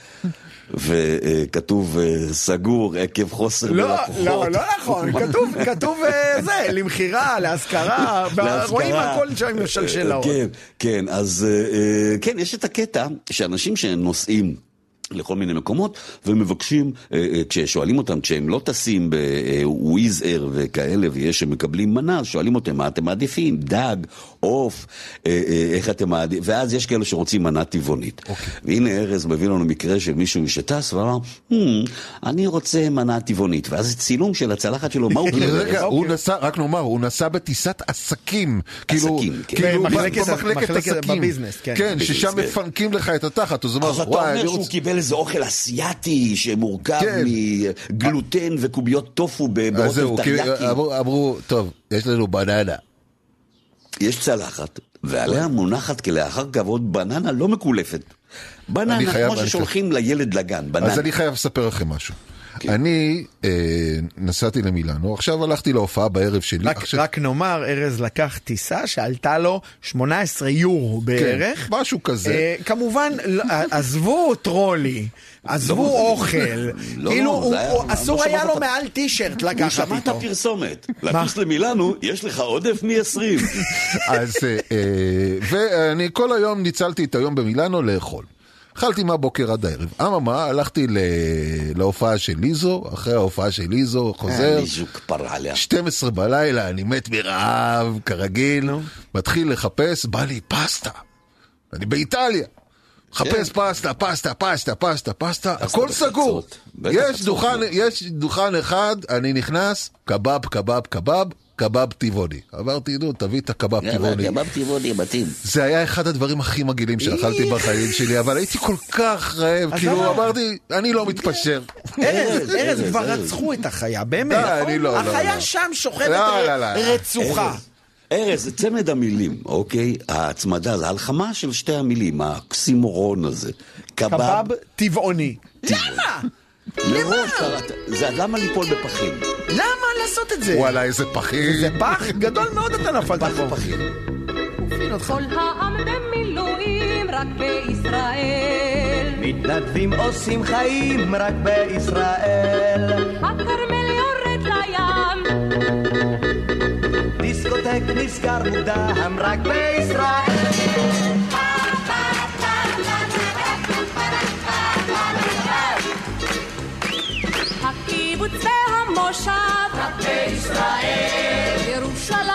וכתוב סגור עקב חוסר בלקוחות. לא, לא נכון, כתוב זה, למחירה, להשכרה, רואים הכל שם משלשלאות. כן, כן, אז כן, יש את הקטע שאנשים שנוסעים לכל מיני מקומות, ומבקשים, כששואלים אותם, כשהם לא טסים בוויז אייר וכאלה, ויש שמקבלים מנה, שואלים אותם, מה אתם מעדיפים? דג, עוף, איך אתם מעדיפים? ואז יש כאלה שרוצים מנה טבעונית. והנה ארז מביא לנו מקרה של מישהו שטס, ואמר, אני רוצה מנה טבעונית. ואז צילום של הצלחת שלו, מה הוא קיבל? רגע, הוא נסע, רק נאמר, הוא נסע בטיסת עסקים. עסקים, כן. במחלקת עסקים. בביזנס, כן. כן, ששם מפנקים לך את התחת. אז אתה אומר שהוא קיבל איזה אוכל אסיאטי שמורכב מגלוטן וקוביות טופו באוטל טריאקי. אמרו, טוב, יש לנו בננה. יש צלחת, ועליה מונחת כלאחר כבוד בננה לא מקולפת. בננה כמו ששולחים לילד לגן. אז אני חייב לספר לכם משהו. אני נסעתי למילאנו, עכשיו הלכתי להופעה בערב שלי. רק נאמר, ארז לקח טיסה שעלתה לו שמונה עשרה יורו בערך. כן, משהו כזה. כמובן, עזבו טרולי, עזבו אוכל, כאילו אסור היה לו מעל טישרט לקחת איתו. שמעת פרסומת, לטוס למילאנו, יש לך עודף מ-עשרים. אז, ואני כל היום ניצלתי את היום במילאנו לאכול. אכלתי מהבוקר עד הערב. אממה, הלכתי להופעה של ליזו, אחרי ההופעה של ליזו, חוזר, שתים עשרה בלילה, אני מת מרעב, כרגיל, מתחיל לחפש, בא לי פסטה. אני באיטליה. חפש פסטה, פסטה, פסטה, פסטה, פסטה, הכל סגור. יש דוכן אחד, אני נכנס, קבב, קבב, קבב, קבב טבעוני. אמרתי, נו, תביא את הקבב טבעוני. קבב טבעוני, מתאים. זה היה אחד הדברים הכי מגעילים שאכלתי בחיים שלי, אבל הייתי כל כך רעב, כאילו אמרתי, אני לא מתפשר. ארז, כבר רצחו את החיה, באמת. החיה שם שוכבת רצוחה. ארז, זה צמד המילים, אוקיי? ההצמדה, זה הלחמה של שתי המילים, האקסימורון הזה. קבב טבעוני. למה? למה? זה למה ליפול בפחים? למה לעשות את זה? וואלה, איזה פחים. זה פח גדול מאוד אתה נפלת פה. פחים. כל העם במילואים רק בישראל. מתנדבים עושים חיים רק בישראל. הכרמל יורד לים. דיסקוטק נסגר מוקדם רק בישראל. הקיבוץ והמושב רק בישראל. ירושלים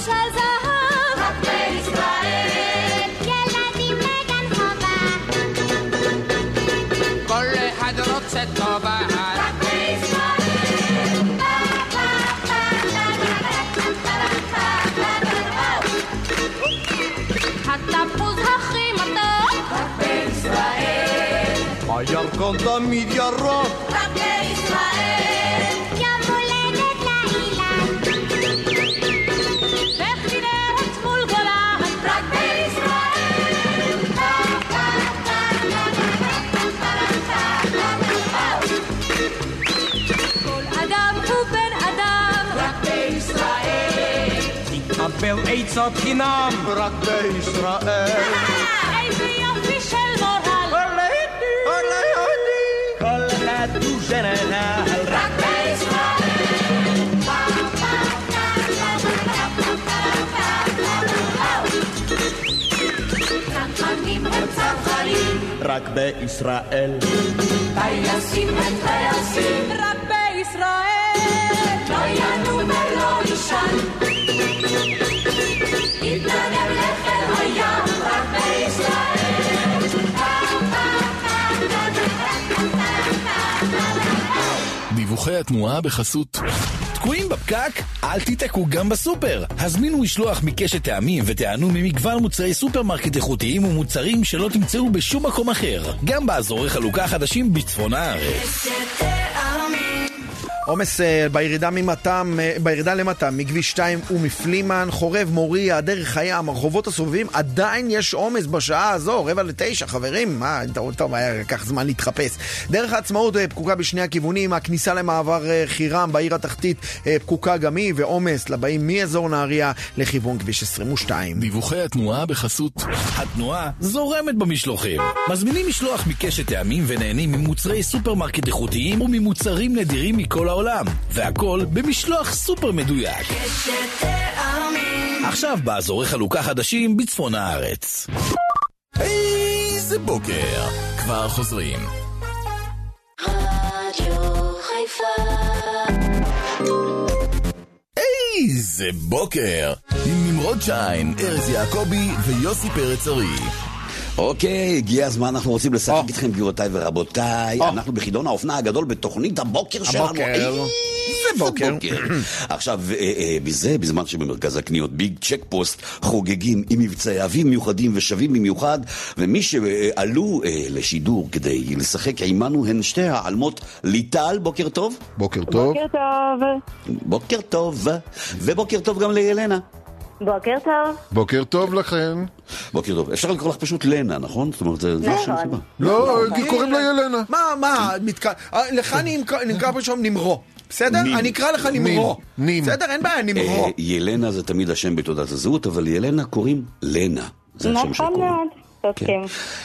של זהב, רק בישראל. ילדים בגן חובה, כל אחד רוצה טובה, רק בישראל. התפוז הכי מתוק, רק בישראל. הירקון תמיד ירוק, רק בישראל. יום הולדת לאילן, וכנרת מול גולן, רק בישראל. כל אדם הוא בן אדם, רק בישראל. תקבל עצות חינם, רק בישראל. איזה יופי של מורל, כל אחד הוא ג'נרל, רק בישראל. צנחנים הם צנחנים, רק בישראל. טייסים הם טייסים, רק בישראל. לא ינום ולא יישן, יתנדב לחיל הים, רק בישראל. דיווחי התנועה בחסות. תקועים בפקק? אל תיתקעו גם בסופר. הזמינו משלוח מקשת טעמים ותענו ממגוון מוצרי סופרמרקט איכותיים ומוצרים שלא תמצאו בשום מקום אחר. גם באזורי חלוקה חדשים בצפון הארץ. עומס בירידה ממתם, בירידה למתם, מכביש שתיים ומפלימן, חורב, מוריה, דרך הים, הרחובות הסובבים, עדיין יש עומס בשעה הזו, רבע לתשע, חברים, מה, טוב, היה לקח זמן להתחפש. דרך העצמאות פקוקה בשני הכיוונים, הכניסה למעבר חירם בעיר התחתית פקוקה גם היא, ועומס לבאים מאזור נהריה לכיוון כביש עשרים ושתיים. דיווחי התנועה בחסות. התנועה זורמת במשלוחים. מזמינים משלוח מקשת טעמים ונהנים ממוצרי סופרמרקט איכותיים וממוצרים נדירים מכל העולם, והכל במשלוח סופר מדויק. עכשיו באזורי חלוקה חדשים בצפון הארץ. איזה בוקר, כבר חוזרים. רדיו חיפה. איזה בוקר, עם נמרוד שיין, ארז יעקבי ויוסי פרץ ארי. אוקיי, הגיע הזמן, אנחנו רוצים לשחק איתכם גבירותיי ורבותיי. אנחנו בחידון האופנה הגדול בתוכנית הבוקר שלנו. זה בוקר. עכשיו, בזה, בזמן שבמרכז הקניות ביג צ'ק פוסט חוגגים עם מבצעי אביב מיוחדים ושווים במיוחד, ומי שעלו לשידור כדי לשחק עימנו הן שתי העלמות. ליטל, בוקר טוב. בוקר טוב. בוקר טוב. בוקר טוב. ובוקר טוב גם לילנה. בוקר טוב. בוקר טוב לכן. בוקר טוב. אפשר לקרוא לך פשוט לנה, נכון? זאת אומרת, זה נכון. שם סיבה. לא, קוראים לה ילנה. מה, מה, לך אני נקרא פשוט נמרו. בסדר? אני אקרא לך נמרו. בסדר? אין בעיה, נמרו. ילנה זה תמיד השם בתעודת הזהות, אבל ילנה קוראים לנה. זה השם נכון מאוד. צודקים.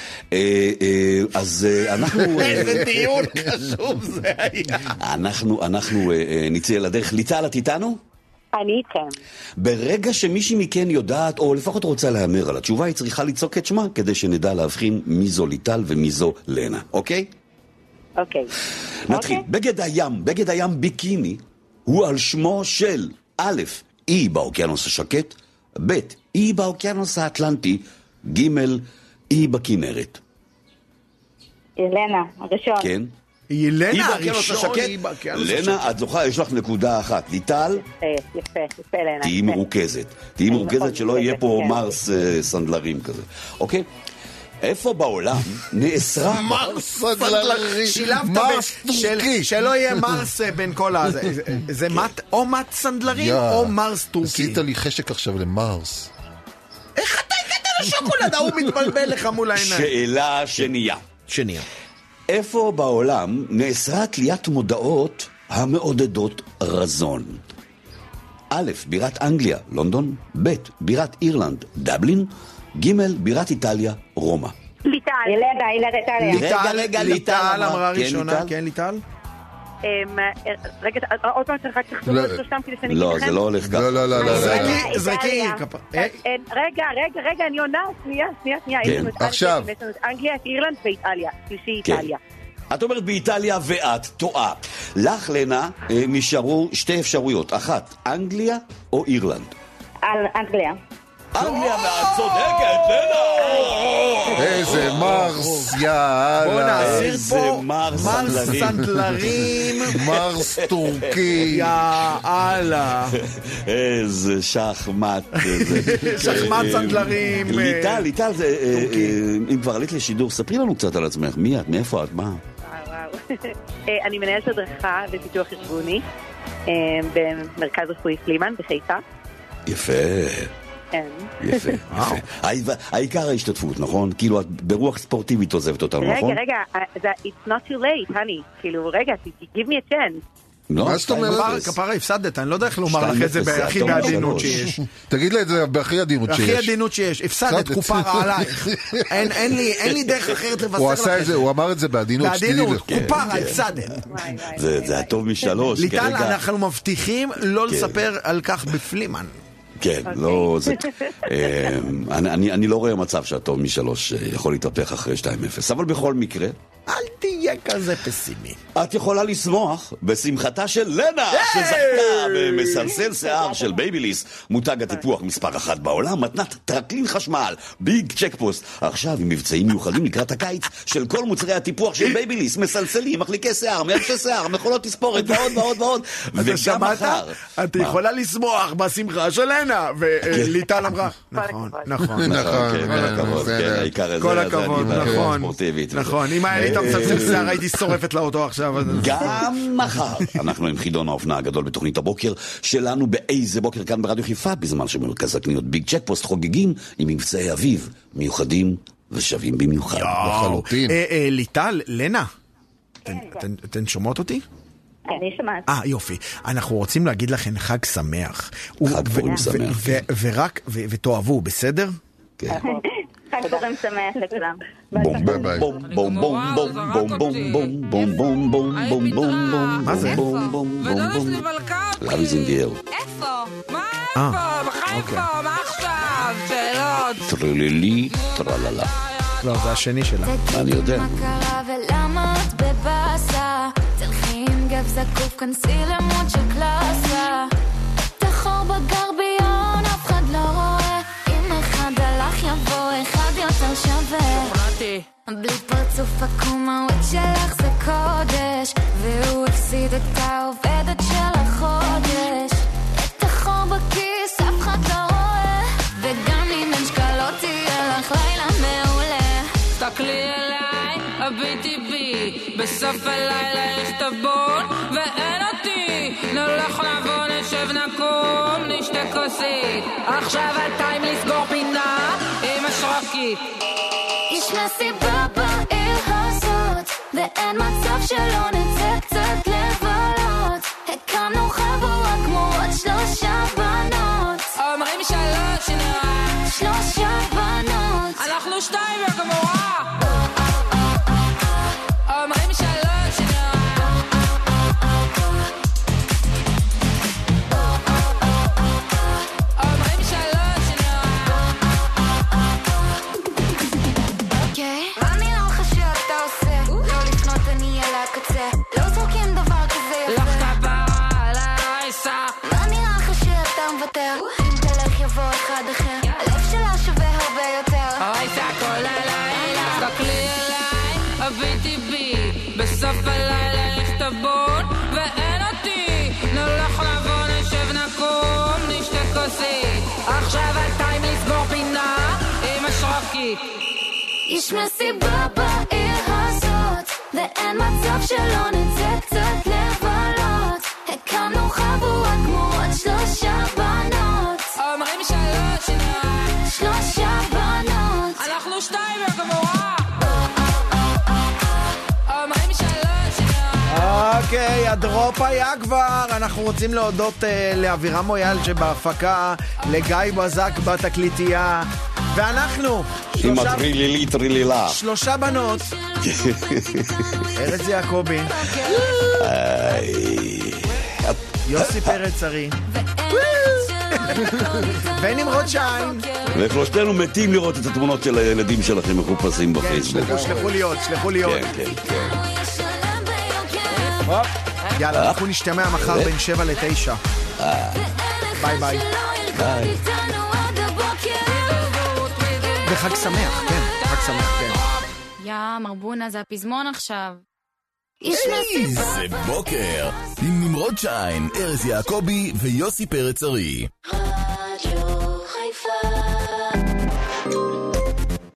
אז אנחנו... איזה דיון חשוב זה היה. אנחנו נצא לדרך. ליטל, את איתנו? אני איתכם. ברגע שמישהי מכן יודעת, או לפחות רוצה להאמר על התשובה, היא צריכה לצעוק את שמה, כדי שנדע להבחין מי זו ליטל ומי זו לנה. אוקיי? אוקיי. נתחיל. בגד הים, בגד הים ביקיני, הוא על שמו של א', אי באוקיינוס השקט, ב', אי באוקיינוס האטלנטי, ג', אי בכנרת. ילנה, הראשון. כן. ילנה הראשון. לנה, את זוכה, יש לך נקודה אחת. ליטל, יפה, יפה, יפה לנה. תהי מרוכזת. תהי מרוכזת שלא יהיה פה מרס סנדלרים כזה. אוקיי? איפה בעולם נאסרה מרס סנדלרים? שילבת שלא יהיה מרס בין כל הזה. זה או מת סנדלרים או מרס טורקי. עשית לי חשק עכשיו למרס. איך אתה הגעת לשוקולד? הוא מתבלבל לך מול העיניים. שאלה שנייה. שנייה. איפה בעולם נאסרה תליית מודעות המעודדות רזון? א', בירת אנגליה, לונדון, ב', בירת אירלנד, דבלין, ג', בירת איטליה, רומא. ליטל. ילנה, איטליה. רגע, רגע, ליטל אמרה ראשונה. כן, ליטל? רגע, עוד פעם צריך רק תחזור את שלושתם כדי שאני לא, זה לא הולך ככה. לא, לא, לא, לא. זרקי. רגע, רגע, רגע, אני עונה, שנייה, שנייה, שנייה. עכשיו. יש לנו את אנגליה, את אירלנד ואיטליה. שלישי איטליה. את אומרת באיטליה ואת טועה. לך, לנה, נשארו שתי אפשרויות. אחת, אנגליה או אירלנד? אנגליה. אנגליה מהצודקת, לנה! איזה מרס, יאללה. בוא נעשיר פה מרס סנדלרים. מרס טורקי. יאללה. איזה שחמט. שחמט סנדלרים. ליטל, ליטל, אם כבר עלית לשידור, ספרי לנו קצת על עצמך. מי את? מאיפה את? מה? אני מנהלת הדרכה ופיתוח ארגוני במרכז רפואי פלימן בחיפה. יפה. כן. יפה, יפה. העיקר ההשתתפות, נכון? כאילו את ברוח ספורטיבית עוזבת אותנו, נכון? רגע, רגע, it's not too late, honey. כאילו, רגע, give me a chance. מה זאת אומרת? כפרה הפסדת, אני לא יודע איך לומר לך את זה בהכי בעדינות שיש. תגיד לה את זה בהכי עדינות שיש. הכי עדינות שיש, הפסדת, כופרה עלייך. אין לי דרך אחרת לבשר לך את זה. הוא אמר את זה בעדינות. בעדינות, כופרה, הפסדת. זה הטוב משלוש. ליטל, אנחנו מבטיחים לא לספר על כך בפלימן. כן, לא, זה... אני לא רואה מצב שהטוב משלוש יכול להתהפך אחרי שתיים אפס, אבל בכל מקרה... אל תהיה כזה פסימי. את יכולה לשמוח בשמחתה של לנה, שזכתה במסלסל שיער של בייביליס, מותג הטיפוח מספר אחת בעולם, מתנת טרקלין חשמל, ביג צ'קפוסט. עכשיו עם מבצעים מיוחדים לקראת הקיץ של כל מוצרי הטיפוח של בייביליס, מסלסלים, מחליקי שיער, מייבשי שיער, מכונות תספורת, ועוד ועוד ועוד. וגם מחר. את יכולה לשמוח בשמחה של לנה, וליטל אמרה, נכון, נכון. כל הכבוד, נכון. נכון, אם היה לי את המסלסל שיער הייתי שורפת לאוטו עכשיו. גם מחר אנחנו עם חידון האופנה הגדול בתוכנית הבוקר שלנו באיזה בוקר כאן ברדיו חיפה, בזמן שמרכז הקניות ביג צ'קפוסט חוגגים עם מבצעי אביב מיוחדים ושווים במיוחד. לחלוטין. ליטל, לנה, אתן שומעות אותי? אני שומעת. אה, יופי. אנחנו רוצים להגיד לכם חג שמח. חג פורים שמח. ורק, ותאהבו, בסדר? כן. חג פורים שמח לכולם. בום בום בום בום בום בום בום בום בום בום בום בום בום. מה זה? בום בום בום בום. Love is in the air. איפה? מה איפה? בחיפה? מה עכשיו? שאלות. טרלילי, טרללה. לא, זה השני שלה. אני יודע. מה קרה ולמה את בבאסה? תלכי עם גב זקוף, כנסי למוד של קלאסה. תחור בגרביון, אף אחד לא רואה. אם אחד הלך יבוא, אחד יותר שווה. שוכנעתי. בלי פרצוף עקום, הוויד שלך זה קודש. והוא הפסיד את העובדת של החודש. את החור בכיס, אף אחד לא רואה. וגם אם אין שקלות, תהיה לך לילה מעולה. תקלי אליי, הביטי בי. בסוף הלילה יש תבון, ואין אותי. נלך לבוא, נשב נקום, נשתה כוסית. עכשיו הטיים לסגור פינה עם השרוקית. יש מסיבה בעיר הזאת, ואין מצב שלא נצא קצת לבלות. הקמנו חבורה כמו עוד שלושה בנות. אומרים שלוש שנראה שלושה בנות. אנחנו שתיים וגמורה. אומרים שלוש שנראה אומרים שלוש שנראה. אוקיי, מה נראה לך שאתה עושה? לא לפנות אני אל הקצה. לא זורקים דבר כזה יפה. לך כפרה על העיסה. מה נראה לך שאתה מוותר? אם תלך יבוא אחד אחר. הלב שלה שווה הרבה יותר. אוי זה הכל הלילה. תקלי אליי, הביטי בי. בסוף הלילה יש תבון ואין אותי. נלך לבוא, נשב נקום, נשתה כוסית. עכשיו הטיים לסגור פינה עם השרוקית. יש מסיבה בעיר הזאת, ואין מצב שלא נצא קצת לבלות. הקמנו חבורה כמו עוד שלושה בנות. אומרים שלוש שנראה שלושה בנות. אנחנו שתיים וגמורה. אומרים שלוש שנראה. אוקיי, הדרופ היה כבר. אנחנו רוצים להודות uh, לאבירם מויאל שבהפקה, לגיא בזק בתקליטייה, ואנחנו עם הטרילילי טרילילה שלושה בנות. ארז יעקובי, יוסי פרץ ארי ונמרוד שיין. ושלושתנו מתים לראות את התמונות של הילדים שלכם מחופשים בפייסבוק. שלחו לי עוד, שלחו לי עוד. כן, כן, כן. יאללה, אנחנו נשתמע מחר בין שבע לתשע. ביי ביי. היי. וחג שמח, כן, חג שמח, כן. יא, מרבונה, זה הפזמון עכשיו. איזה בוקר, עם נמרוד שיין, ארז יעקבי ויוסי פרץ ארי. רדיו חיפה